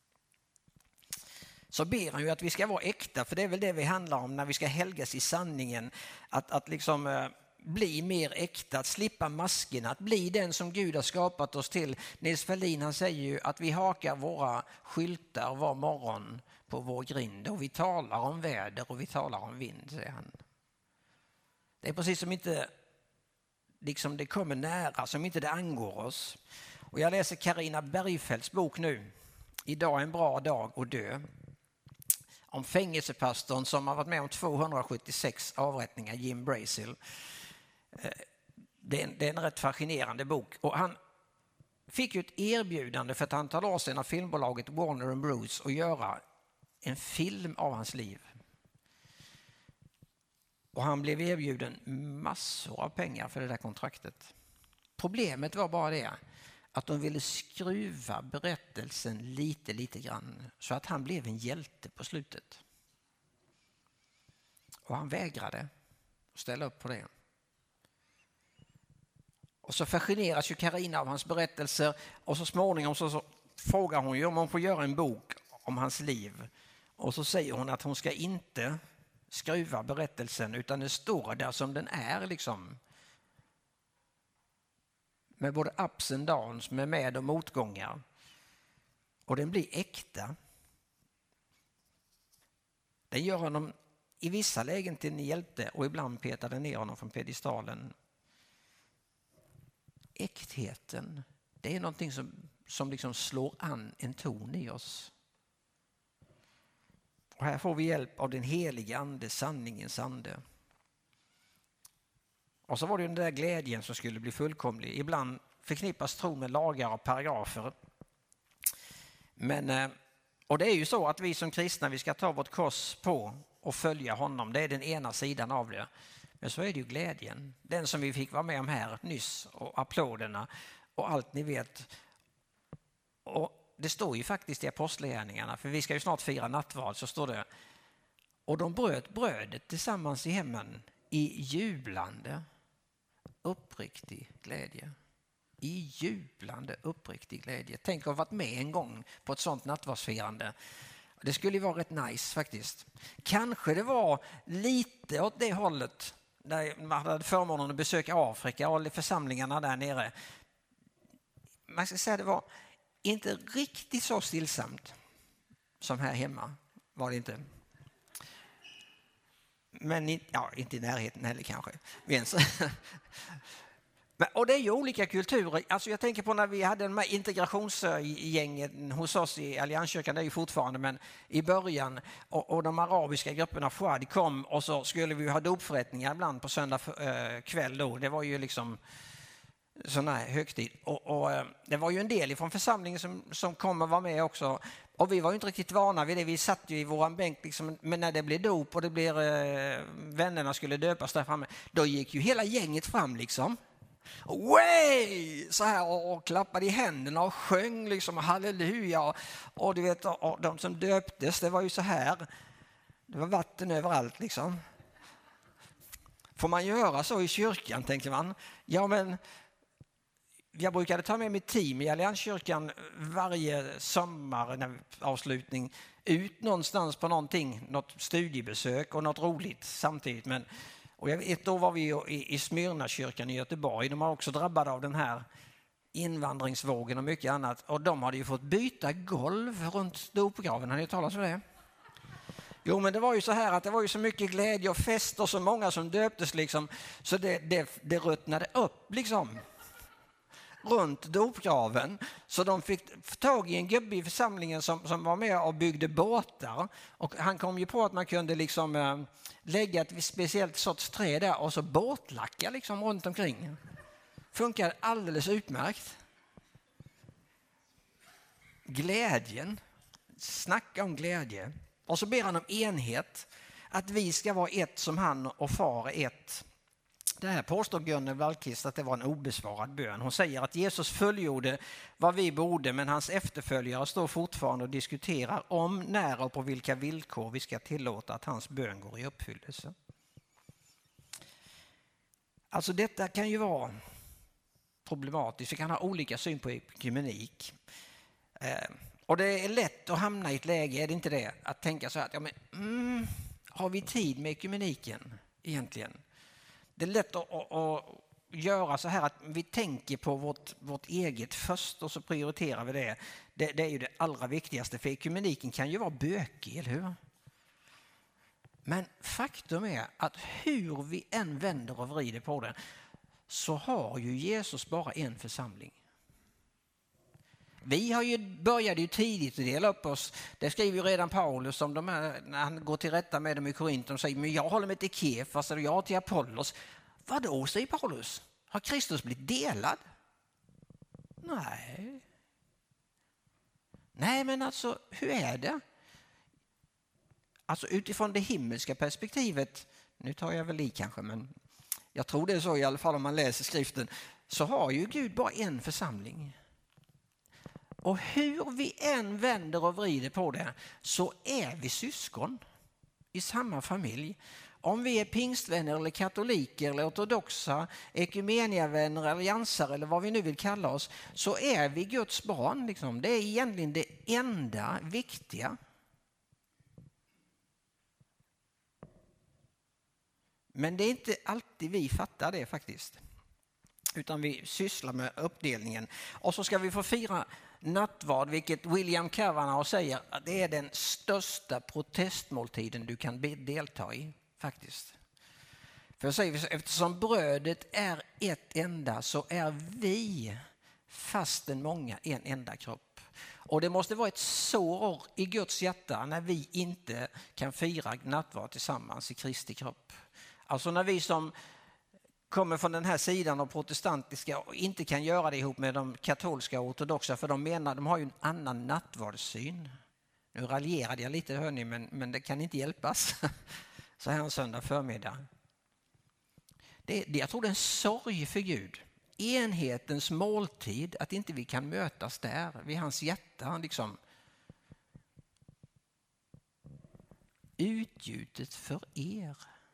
Speaker 2: Så ber han ju att vi ska vara äkta, för det är väl det vi handlar om när vi ska helgas i sanningen. Att, att liksom eh, bli mer äkta, att slippa maskerna, att bli den som Gud har skapat oss till. Nils Ferlin, han säger ju att vi hakar våra skyltar var morgon på vår grind och vi talar om väder och vi talar om vind, säger han. Det är precis som inte liksom det kommer nära, som inte det angår oss. Och jag läser Carina Bergfeldts bok nu, Idag är en bra dag att dö. Om fängelsepastorn som har varit med om tvåhundrasjuttiosex avrättningar, Jim Brazill. Det är, en, det är en rätt fascinerande bok. Och han fick ju ett erbjudande för ett antal år sedan av filmbolaget Warner and Bruce att göra en film av hans liv. Och han blev erbjuden massor av pengar för det där kontraktet. Problemet var bara det att de ville skruva berättelsen lite, lite grann så att han blev en hjälte på slutet. Och han vägrade ställa upp på det. Och så fascineras ju Carina av hans berättelser och så småningom så, så frågar hon ju om hon får göra en bok om hans liv. Och så säger hon att hon ska inte skruva berättelsen utan det står där som den är liksom. Med både ups and downs, med med och motgångar. Och den blir äkta. Den gör honom i vissa lägen till en hjälte och ibland petar den ner honom från pedestalen. Äktheten, det är någonting som, som liksom slår an en ton i oss. Och här får vi hjälp av den heliga ande, sanningens ande. Och så var det den där glädjen som skulle bli fullkomlig. Ibland förknippas tro med lagar och paragrafer. Men, och det är ju så att vi som kristna, vi ska ta vårt kors på och följa honom. Det är den ena sidan av det. Men så är det ju glädjen. Den som vi fick vara med om här nyss och applåderna och allt ni vet. Och det står ju faktiskt i apostlagärningarna, för vi ska ju snart fira nattvard, så står det: och de bröt brödet tillsammans i hemmen i jublande uppriktig glädje. I jublande uppriktig glädje. Tänk att ha varit med en gång på ett sånt nattvardsfirande. Det skulle ju vara rätt nice faktiskt. Kanske det var lite åt det hållet där man hade förmånen att besöka Afrika och församlingarna där nere. Man ska säga att det var inte riktigt så stillsamt som här hemma. Var det inte? Men ja, inte i närheten heller kanske. Men, och det är ju olika kulturer. Alltså jag tänker på när vi hade de här integrationsgängen hos oss i Allianskyrkan, det är ju fortfarande, men i början, och, och de arabiska grupperna Fouad kom och så skulle vi ha dopförrättningar ibland på söndag äh, kväll då. Det var ju liksom sån här högtid. Och, och äh, det var ju en del från församlingen som, som kom och var med också. Och vi var ju inte riktigt vana vid det. Vi satt ju i våran bänk liksom, men när det blev dop och det blev äh, vännerna skulle döpas där framme, då gick ju hela gänget fram liksom. Way! Så här och, och klappade i händerna och sjöng liksom halleluja och, och du vet och, och de som döptes, det var ju så här, det var vatten överallt liksom. Får man göra så i kyrkan, tänker man? Ja, men jag brukade ta med mitt team i Allianskyrkan varje sommar, när avslutning, ut någonstans på någonting, något studiebesök och något roligt samtidigt. Men och ett år var vi i, i Smyrnakyrkan i Göteborg. De har också drabbade av den här invandringsvågen och mycket annat. Och de hade ju fått byta golv runt dopgraven. Har ni talat om det? Jo, men det var ju så här att det var ju så mycket glädje och fest och så många som döptes liksom. Så det, det, det ruttnade upp liksom runt dopgraven. Så de fick tag i en gubbe i församlingen som, som var med och byggde båtar. Och han kom ju på att man kunde liksom äh, lägga ett speciellt sorts trä där och så båtlacka liksom runt omkring. Funkar alldeles utmärkt. Glädjen. Snacka om glädje. Och så ber han om enhet. Att vi ska vara ett som han och far är ett. Det här påstår Gunnel Wallqvist att det var en obesvarad bön. Hon säger att Jesus fullgjorde vad vi borde, men hans efterföljare står fortfarande och diskuterar om, när och på vilka villkor vi ska tillåta att hans bön går i uppfyllelse. Alltså detta kan ju vara problematiskt. Vi kan ha olika syn på ekumenik. Eh, och det är lätt att hamna i ett läge, är det inte det? Att tänka så här, att, ja, men, mm, har vi tid med ekumeniken egentligen? Det är lätt att, att, att göra så här att vi tänker på vårt, vårt eget först och så prioriterar vi det. det. Det är ju det allra viktigaste, för ekumeniken kan ju vara bökig, eller hur? Men faktum är att hur vi än vänder och vrider på den så har ju Jesus bara en församling. Vi har ju började ju tidigt att dela upp oss. Det skriver ju redan Paulus om de här, när han går till rätta med dem i Korint och säger, men jag håller mig till Kefas och jag till Apollos. Vadå, säger Paulus? Har Kristus blivit delad? Nej. Nej, men alltså, hur är det? Alltså utifrån det himmelska perspektivet, nu tar jag väl i kanske, men jag tror det är så i alla fall om man läser skriften, så har ju Gud bara en församling. Och hur vi än vänder och vrider på det så är vi syskon i samma familj. Om vi är pingstvänner eller katoliker eller ortodoxa, ekumeniavänner, alliansare eller vad vi nu vill kalla oss, så är vi Guds barn. Liksom. Det är egentligen det enda viktiga. Men det är inte alltid vi fattar det faktiskt. Utan vi sysslar med uppdelningen. Och så ska vi få fira nattvard, vilket William Cavanaugh säger att det är den största protestmåltiden du kan delta i faktiskt. För jag säger, eftersom brödet är ett enda så är vi fastän många en enda kropp. Och det måste vara ett sår i Guds hjärta när vi inte kan fira nattvard tillsammans i Kristi kropp. Alltså när vi som kommer från den här sidan av protestantiska och inte kan göra det ihop med de katolska och ortodoxa, för de menar de har ju en annan nattvardssyn. Nu raljerade jag lite, hörni, men, men det kan inte hjälpas. Så här en söndag förmiddag. Det, det, jag tror det är en sorg för Gud. Enhetens måltid, att inte vi kan mötas där vid hans hjärta liksom. Utgjutet för er.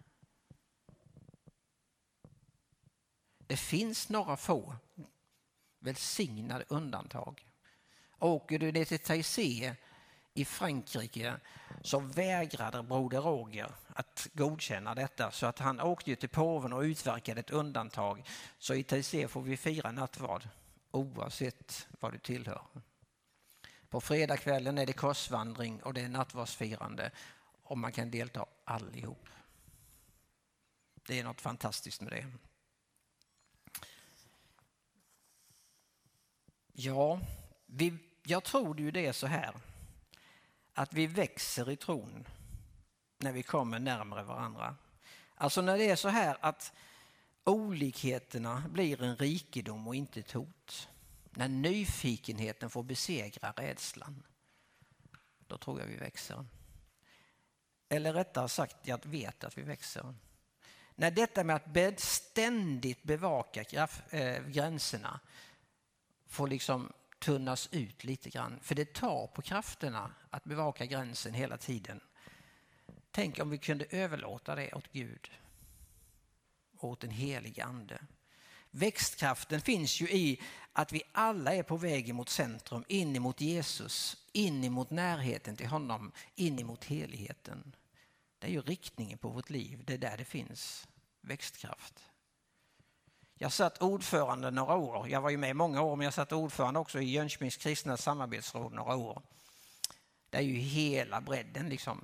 Speaker 2: Det finns några få välsignade undantag. Åker du ner till Taizé i Frankrike så vägrade broder Roger att godkänna detta, så att han åkte till påven och utverkade ett undantag. Så i Taizé får vi fira nattvard oavsett vad du tillhör. På fredagskvällen är det korsvandring och det är nattvardsfirande och man kan delta allihop. Det är något fantastiskt med det. Ja, vi, jag tror ju det är så här att vi växer i tron när vi kommer närmare varandra. Alltså när det är så här att olikheterna blir en rikedom och inte ett hot. När nyfikenheten får besegra rädslan, då tror jag vi växer. Eller rättare sagt, jag vet att vi växer. När detta med att ständigt bevaka graf, äh, gränserna får liksom tunnas ut lite grann. För det tar på krafterna att bevaka gränsen hela tiden. Tänk om vi kunde överlåta det åt Gud. Åt en helig ande. Växtkraften finns ju i att vi alla är på väg mot centrum, in emot Jesus, in emot närheten till honom, in emot heligheten. Det är ju riktningen på vårt liv, det är där det finns växtkraft. Jag satt ordförande några år, jag var ju med i många år, men jag satt ordförande också i Jönköpings kristna samarbetsråd några år. Det är ju hela bredden liksom.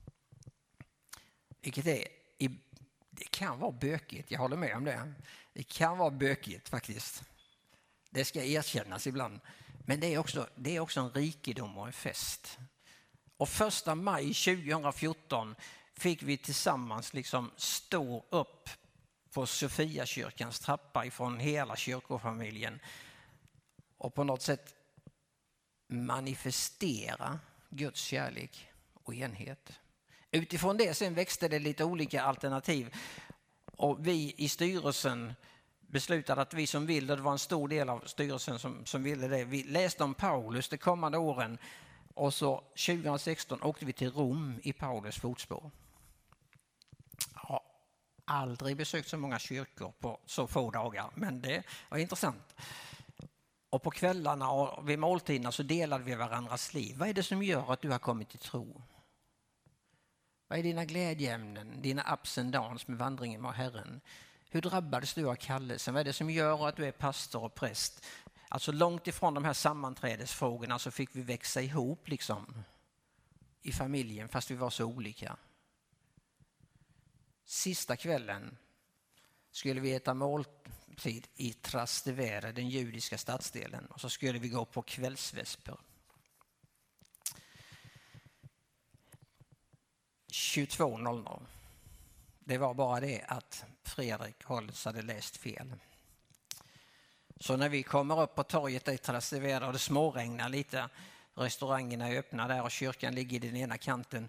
Speaker 2: Vilket är, det kan vara bökigt, jag håller med om det. Det kan vara bökigt faktiskt. Det ska erkännas ibland. Men det är också, det är också en rikedom och en fest. Och första maj tjugohundrafjorton fick vi tillsammans liksom stå upp på Sofia kyrkans trappa ifrån hela kyrkofamiljen och på något sätt manifestera Guds kärlek och enhet. Utifrån det sen växte det lite olika alternativ. Och vi i styrelsen beslutade att vi som ville, det var en stor del av styrelsen som, som ville det, vi läste om Paulus de kommande åren och så tjugohundrasexton åkte vi till Rom i Paulus fotspår. Ja, aldrig besökt så många kyrkor på så få dagar, men det var intressant. Och på kvällarna och vid måltiderna så delade vi varandras liv. Vad är det som gör att du har kommit till tro? Vad är dina glädjeämnen, dina ups and downs med vandringen med Herren? Hur drabbades du av kallelsen? Vad är det som gör att du är pastor och präst? Alltså långt ifrån de här sammanträdesfrågorna så fick vi växa ihop liksom i familjen fast vi var så olika. Sista kvällen skulle vi äta måltid i Trastevere, den judiska stadsdelen, och så skulle vi gå på kvällsvesper. tjugotvå noll noll. Det var bara det att Fredrik Holtz hade läst fel. Så när vi kommer upp på torget i Trastevere och det småregnar lite, restaurangerna är öppna där och kyrkan ligger i den ena kanten.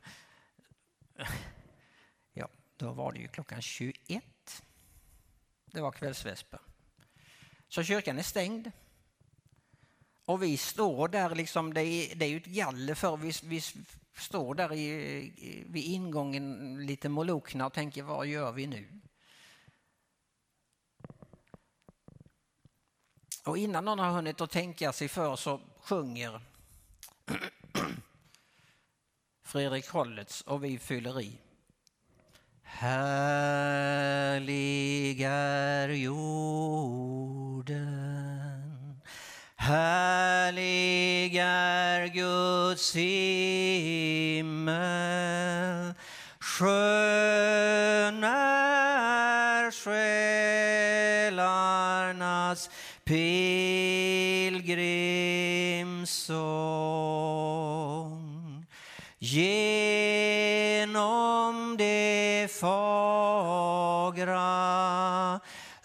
Speaker 2: Ja, då var det ju klockan tjugoett. Det var kvällsvesper. Så kyrkan är stängd. Och vi står där liksom, det är, det är ju ett galler för vi, vi står där i, i, vid ingången lite molokna och tänker, vad gör vi nu? Och innan någon har hunnit att tänka sig för så sjunger Fredrik Holtz och vi fyller i. Härlig är jorden, härlig är Guds himmel, skön är själarnas pilgrimssång. Genom det fagra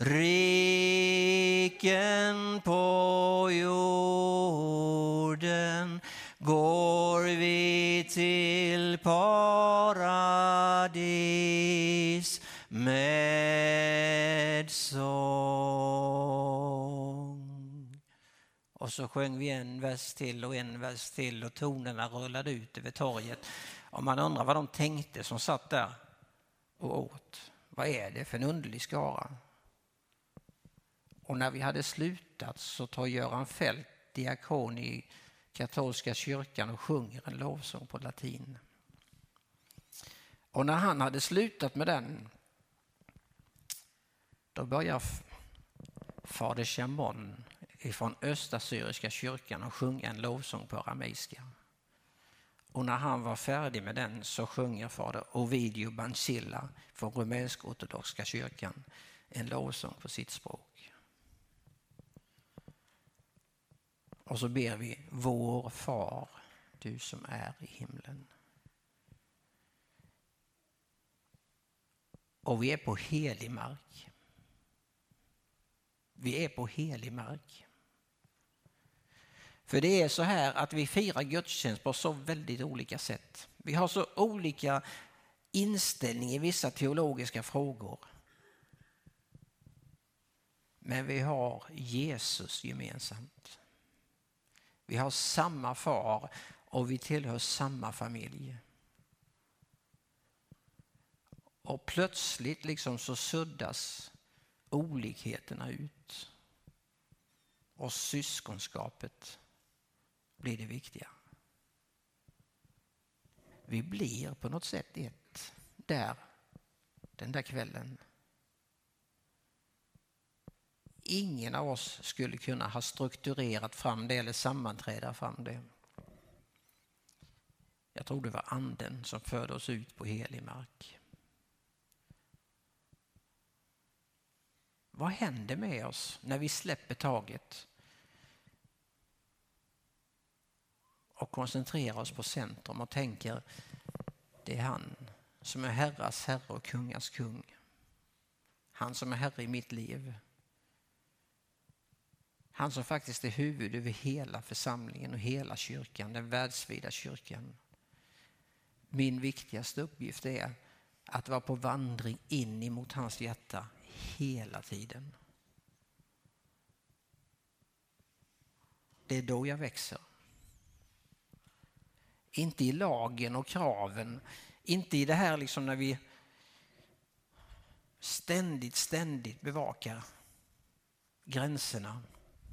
Speaker 2: riken på jorden går vi till paradis med sång. Och så sjöng vi en vers till och en vers till och tonerna rullade ut över torget. Och man undrar vad de tänkte som satt där och åt. Vad är det för en underlig skara? Och när vi hade slutat så tar Göran Fält, diakon i katolska kyrkan, och sjunger en lovsång på latin. Och när han hade slutat med den, då börjar fader Chamon ifrån Östassyriska kyrkan och sjunga en lovsång på arameiska. Och när han var färdig med den så sjunger fader Ovidio Bancilla från rumänsk-ortodoxa kyrkan en lovsång på sitt språk. Och så ber vi: vår far, du som är i himlen. Och vi är på helig mark. Vi är på helig mark. För det är så här att vi firar gudstjänst på så väldigt olika sätt. Vi har så olika inställning i vissa teologiska frågor. Men vi har Jesus gemensamt. Vi har samma far och vi tillhör samma familj. Och plötsligt liksom så suddas olikheterna ut. Och syskonskapet blir det viktiga. Vi blir på något sätt ett där, den där kvällen. Ingen av oss skulle kunna ha strukturerat fram det eller sammanträda fram det. Jag tror det var anden som förde oss ut på helig mark. Vad händer med oss när vi släpper taget och koncentrerar oss på centrum och tänker: det är han som är herras herre och kungas kung. Han som är herre i mitt liv. Han som faktiskt är huvud över hela församlingen och hela kyrkan, den världsvida kyrkan. Min viktigaste uppgift är att vara på vandring in emot hans hjärta hela tiden. Det är då jag växer. Inte i lagen och kraven, inte i det här liksom när vi ständigt, ständigt bevakar gränserna.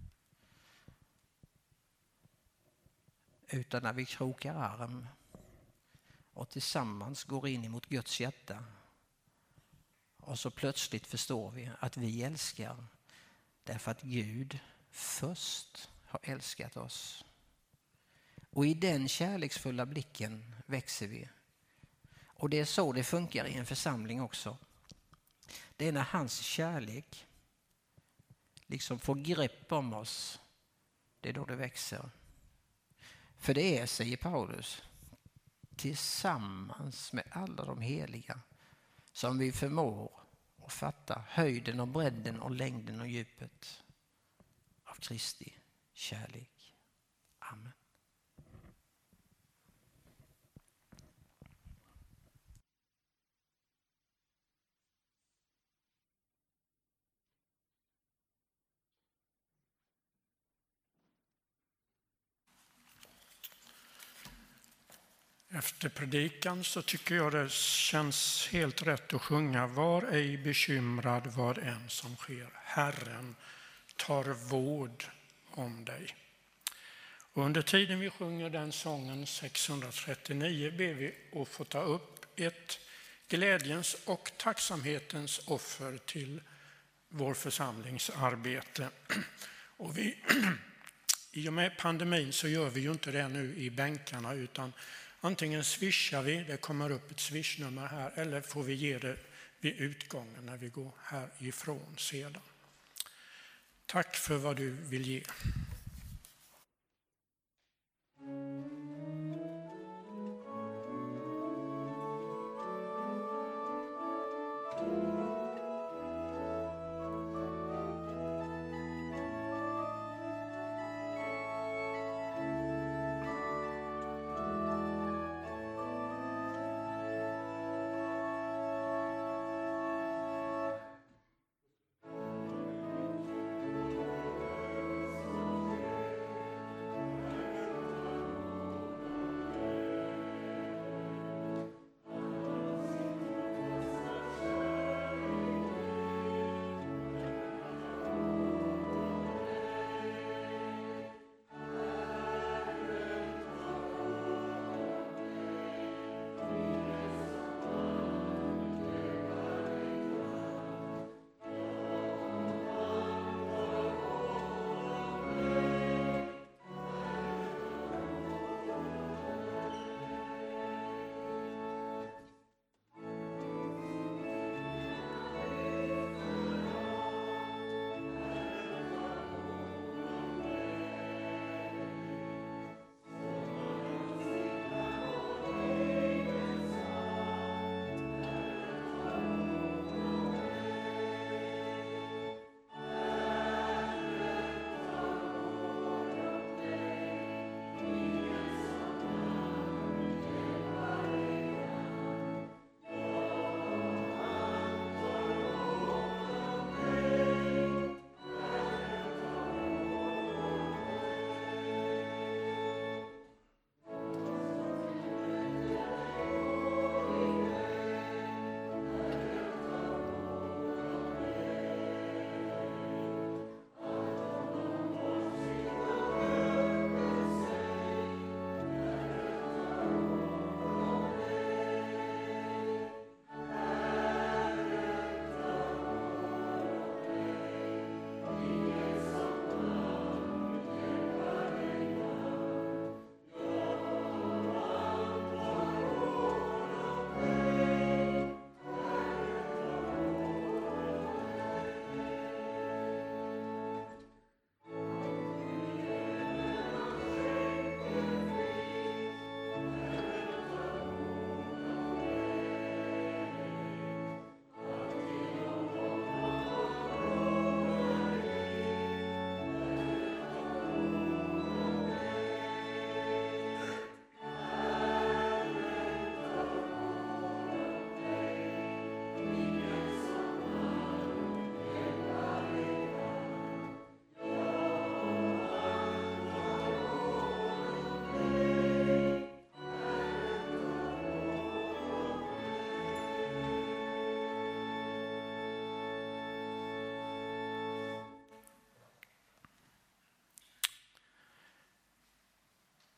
Speaker 2: Utan när vi krokar arm och tillsammans går in emot Guds hjärta. Och så plötsligt förstår vi att vi älskar därför att Gud först har älskat oss. Och i den kärleksfulla blicken växer vi. Och det är så det funkar i en församling också. Det är när hans kärlek liksom får grepp om oss. Det är då det växer. För det är, säger Paulus, tillsammans med alla de heliga som vi förmår att fatta höjden och bredden och längden och djupet av Kristi kärlek. Amen.
Speaker 1: Efter predikan så tycker jag det känns helt rätt att sjunga var ej bekymrad vad än som sker. Herren tar vård om dig. Och under tiden vi sjunger den sången sexhundratrettionio ber vi att få ta upp ett glädjens och tacksamhetens offer till vår församlingsarbete. Och vi, i och med pandemin så gör vi ju inte det nu i bänkarna utan antingen swishar vi, det kommer upp ett swishnummer här, eller får vi ge det vid utgången när vi går härifrån sedan. Tack för vad du vill ge.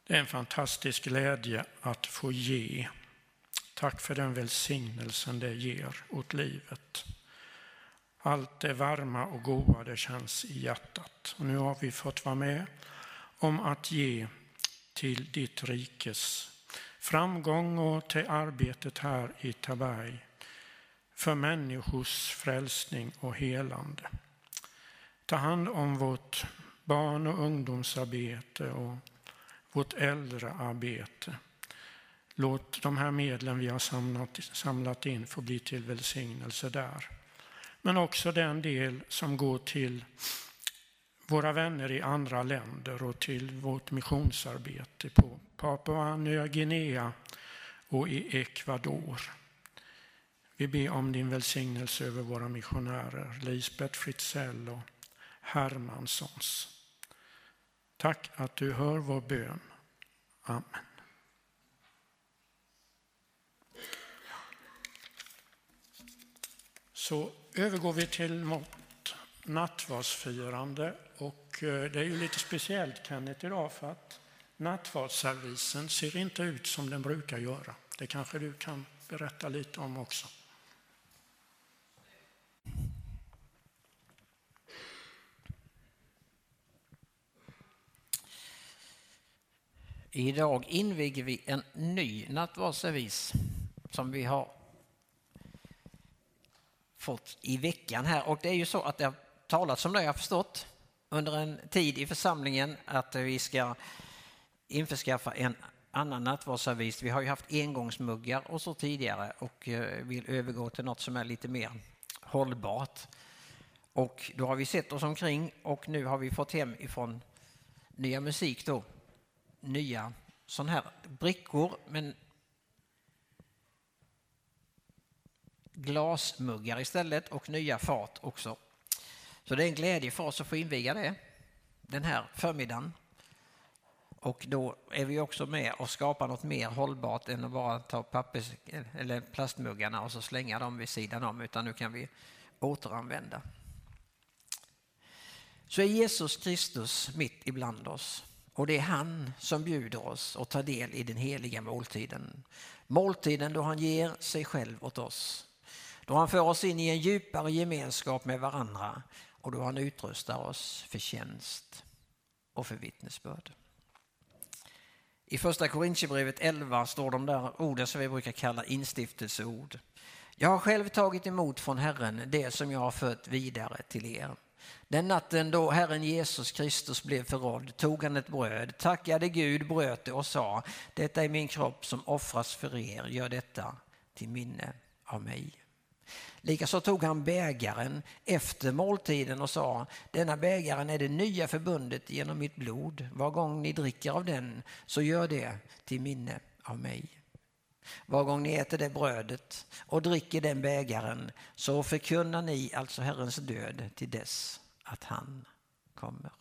Speaker 1: Det är en fantastisk glädje att få ge. Tack för den välsignelsen det ger åt livet. Allt det varma och goda det känns i hjärtat. Och nu har vi fått vara med om att ge till ditt rikes framgång och till arbetet här i Taberg för människors frälsning och helande. Ta hand om vårt barn- och ungdomsarbete och vårt äldrearbete. Låt de här medlen vi har samlat, samlat in få bli till välsignelse där. Men också den del som går till våra vänner i andra länder och till vårt missionsarbete på Papua Nya Guinea och i Ecuador. Vi ber om din välsignelse över våra missionärer, Lisbeth Fritzell och Hermanssons. Tack att du hör vår bön. Amen. Så övergår vi till mot nattvardsfirande, och det är ju lite speciellt, Kenneth, idag för att nattvardsservisen ser inte ut som den brukar göra. Det kanske du kan berätta lite om också.
Speaker 2: Idag inviger vi en ny nattvardsservis som vi har fått i veckan här. Och det är ju så att det har talats om det, jag har förstått, under en tid i församlingen att vi ska införskaffa en annan nattvardsservis. Vi har ju haft engångsmuggar och så tidigare och vill övergå till något som är lite mer hållbart. Och då har vi sett oss omkring och nu har vi fått hem ifrån Nya Musik då nya sådana här brickor, men glasmuggar istället och nya fat också. Så det är en glädje för oss att få inviga det den här förmiddagen. Och då är vi också med och skapar något mer hållbart än att bara ta pappers eller plastmuggarna och så slänga dem vid sidan om, utan nu kan vi återanvända. Så är Jesus Kristus mitt ibland oss. Och det är han som bjuder oss att ta del i den heliga måltiden. Måltiden då han ger sig själv åt oss. Då han för oss in i en djupare gemenskap med varandra. Och då han utrustar oss för tjänst och för vittnesbörd. I första Korintierbrevet elva står de där orden som vi brukar kalla instiftelseord. Jag har själv tagit emot från Herren det som jag har fört vidare till er. Den natten då Herren Jesus Kristus blev förrådd tog han ett bröd, tackade Gud, bröt det och sa: detta är min kropp som offras för er, gör detta till minne av mig. Likaså tog han bägaren efter måltiden och sa: denna bägaren är det nya förbundet genom mitt blod. Var gång ni dricker av den så gör det till minne av mig. Var gång ni äter det brödet och dricker den bägaren så förkunnar ni alltså Herrens död till dess att han kommer.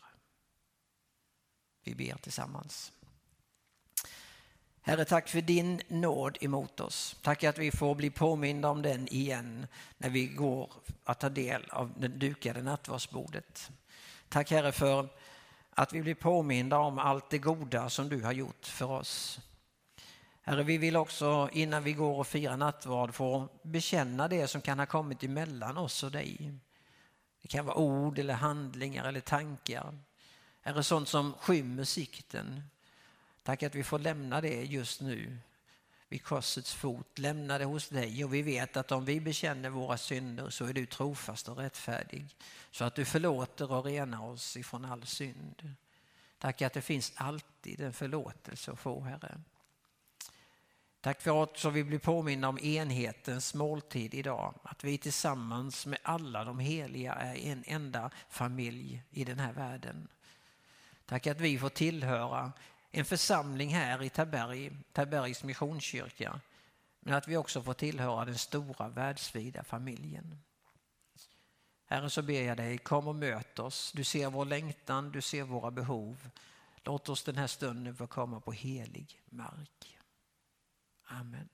Speaker 2: Vi ber tillsammans. Herre, tack för din nåd emot oss. Tack att vi får bli påminda om den igen när vi går att ta del av den dukade nattvardsbordet. Tack Herre för att vi blir påminda om allt det goda som du har gjort för oss. Herre, vi vill också innan vi går och firar nattvard få bekänna det som kan ha kommit emellan oss och dig. Det kan vara ord eller handlingar eller tankar. Herre, sånt som skymmer sikten. Tack att vi får lämna det just nu vid korsets fot. Lämna det hos dig, och vi vet att om vi bekänner våra synder så är du trofast och rättfärdig. Så att du förlåter och renar oss ifrån all synd. Tack att det finns alltid en förlåtelse att få, Herre. Tack för att så vi blir påminna om enhetens måltid idag. Att vi tillsammans med alla de heliga är en enda familj i den här världen. Tack att vi får tillhöra en församling här i Taberg, Tabergs missionskyrka. Men att vi också får tillhöra den stora världsvida familjen. Herre, så ber jag dig, kom och möt oss. Du ser vår längtan, du ser våra behov. Låt oss den här stunden få komma på helig mark. Amen.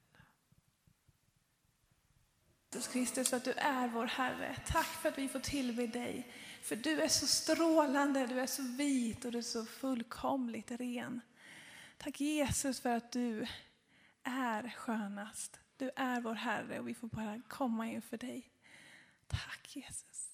Speaker 6: Jesus Kristus, för att du är vår Herre. Tack för att vi får tillbe dig. För du är så strålande, du är så vit och du är så fullkomligt ren. Tack Jesus för att du är skönast. Du är vår Herre och vi får bara komma inför dig. Tack Jesus.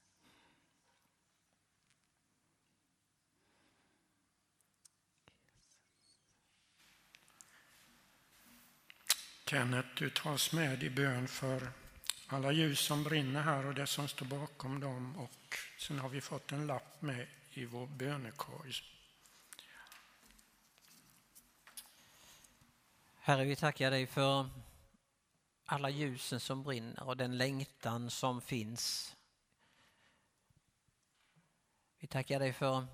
Speaker 1: Kenneth, du tas med i bön för alla ljus som brinner här och det som står bakom dem. Och sen har vi fått en lapp med i vår bönekorg.
Speaker 2: Herre, vi tackar dig för alla ljusen som brinner och den längtan som finns. Vi tackar dig för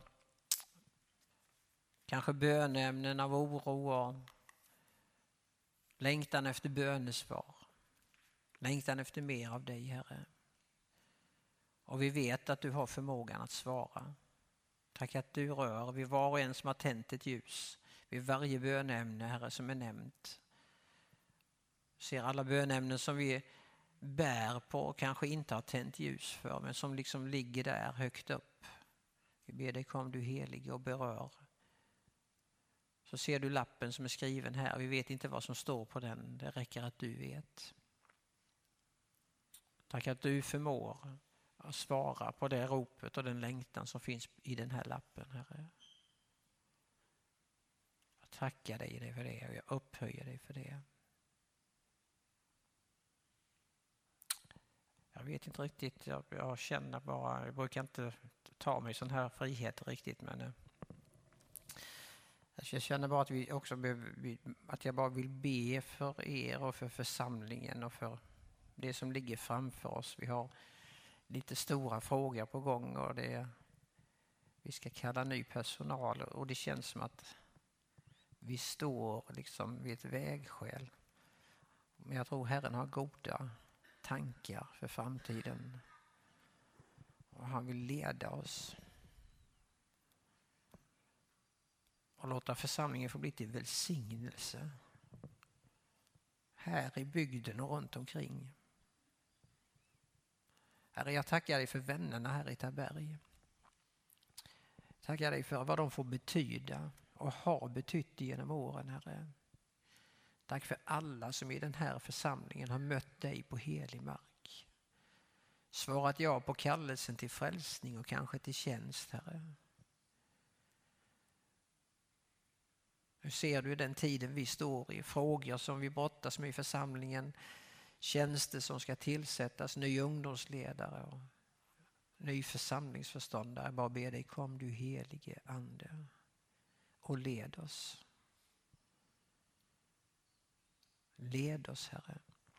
Speaker 2: kanske bönämnen av oro och längtan efter bönesvar. Längtan efter mer av dig, Herre. Och vi vet att du har förmågan att svara. Tack att du rör vid var och en som har tänt ett ljus. Vid varje bönämne, Herre, som är nämnt. Ser alla bönämnen som vi bär på och kanske inte har tänt ljus för, men som liksom ligger där högt upp. Vi ber dig, kom du helig och berör. Så ser du lappen som är skriven här. Vi vet inte vad som står på den. Det räcker att du vet. Tack att du förmår att svara på det ropet och den längtan som finns i den här lappen, Herre. Jag tackar dig för det och jag upphöjer dig för det. Jag vet inte riktigt, jag, jag känner bara, jag brukar inte ta mig sån här frihet riktigt, men jag känner bara att vi också behöver, att jag bara vill be för er och för församlingen och för det som ligger framför oss. Vi har lite stora frågor på gång och det, vi ska kalla ny personal och det känns som att vi står liksom vid ett vägskäl. Men jag tror Herren har goda tankar för framtiden och han vill leda oss och låta församlingen få bli till välsignelse här i bygden och runt omkring. Herre, jag tackar dig för vännerna här i Taberg. Tackar dig för vad de får betyda och har betytt genom åren, Herre. Tack för alla som i den här församlingen har mött dig på helig mark. Svarat ja på kallelsen till frälsning och kanske till tjänst, Herre. Hur ser du den tiden vi står i? Frågor som vi brottas med i församlingen. Tjänster som ska tillsättas. Ny ungdomsledare och ny församlingsförståndare. Jag bara ber dig, kom du helige ande och led oss. Led oss, Herre,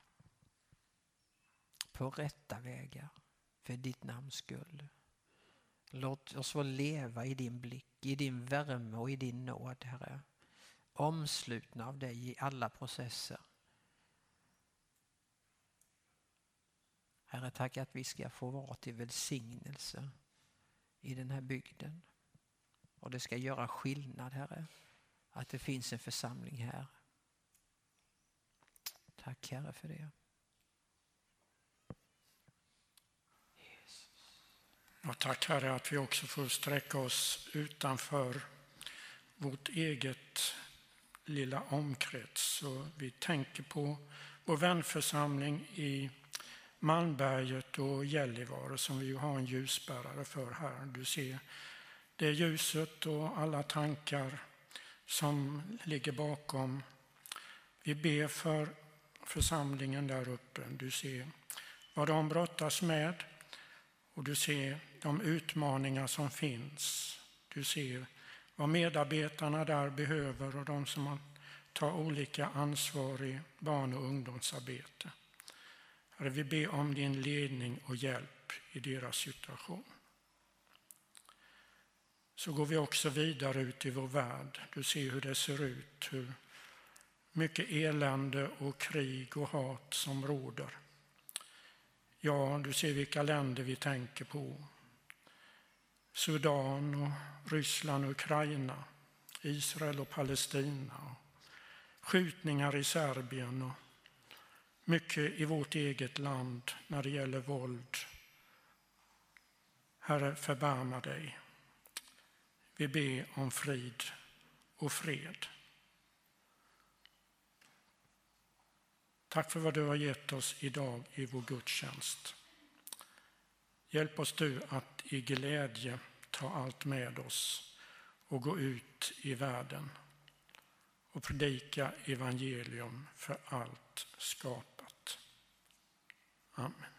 Speaker 2: på rätta vägar för ditt namns skull. Låt oss få leva i din blick, i din värme och i din nåd, Herre. Omslutna av dig i alla processer. Herre, tack att vi ska få vara till välsignelse i den här bygden. Och det ska göra skillnad, Herre, att det finns en församling här. Tack, Herre, för det.
Speaker 1: Och tack, Herre, att vi också får sträcka oss utanför vårt eget lilla omkrets. Så vi tänker på vår vänförsamling i Malmberget och Gällivare som vi har en ljusbärare för här. Du ser det ljuset och alla tankar som ligger bakom. Vi ber för församlingen där uppe. Du ser vad de brottas med och du ser de utmaningar som finns. Du ser vad medarbetarna där behöver och de som tar olika ansvar i barn- och ungdomsarbete. Herre, vi ber om din ledning och hjälp i deras situation. Så går vi också vidare ut i vår värld. Du ser hur det ser ut, hur mycket elände och krig och hat som råder. Ja, du ser vilka länder vi tänker på. Sudan och Ryssland och Ukraina, Israel och Palestina, och skjutningar i Serbien och mycket i vårt eget land när det gäller våld. Herre, förbarma dig. Vi ber om frid och fred. Tack för vad du har gett oss idag i vår gudstjänst. Hjälp oss du att i glädje ta allt med oss och gå ut i världen och predika evangelium för allt skapat. Amen.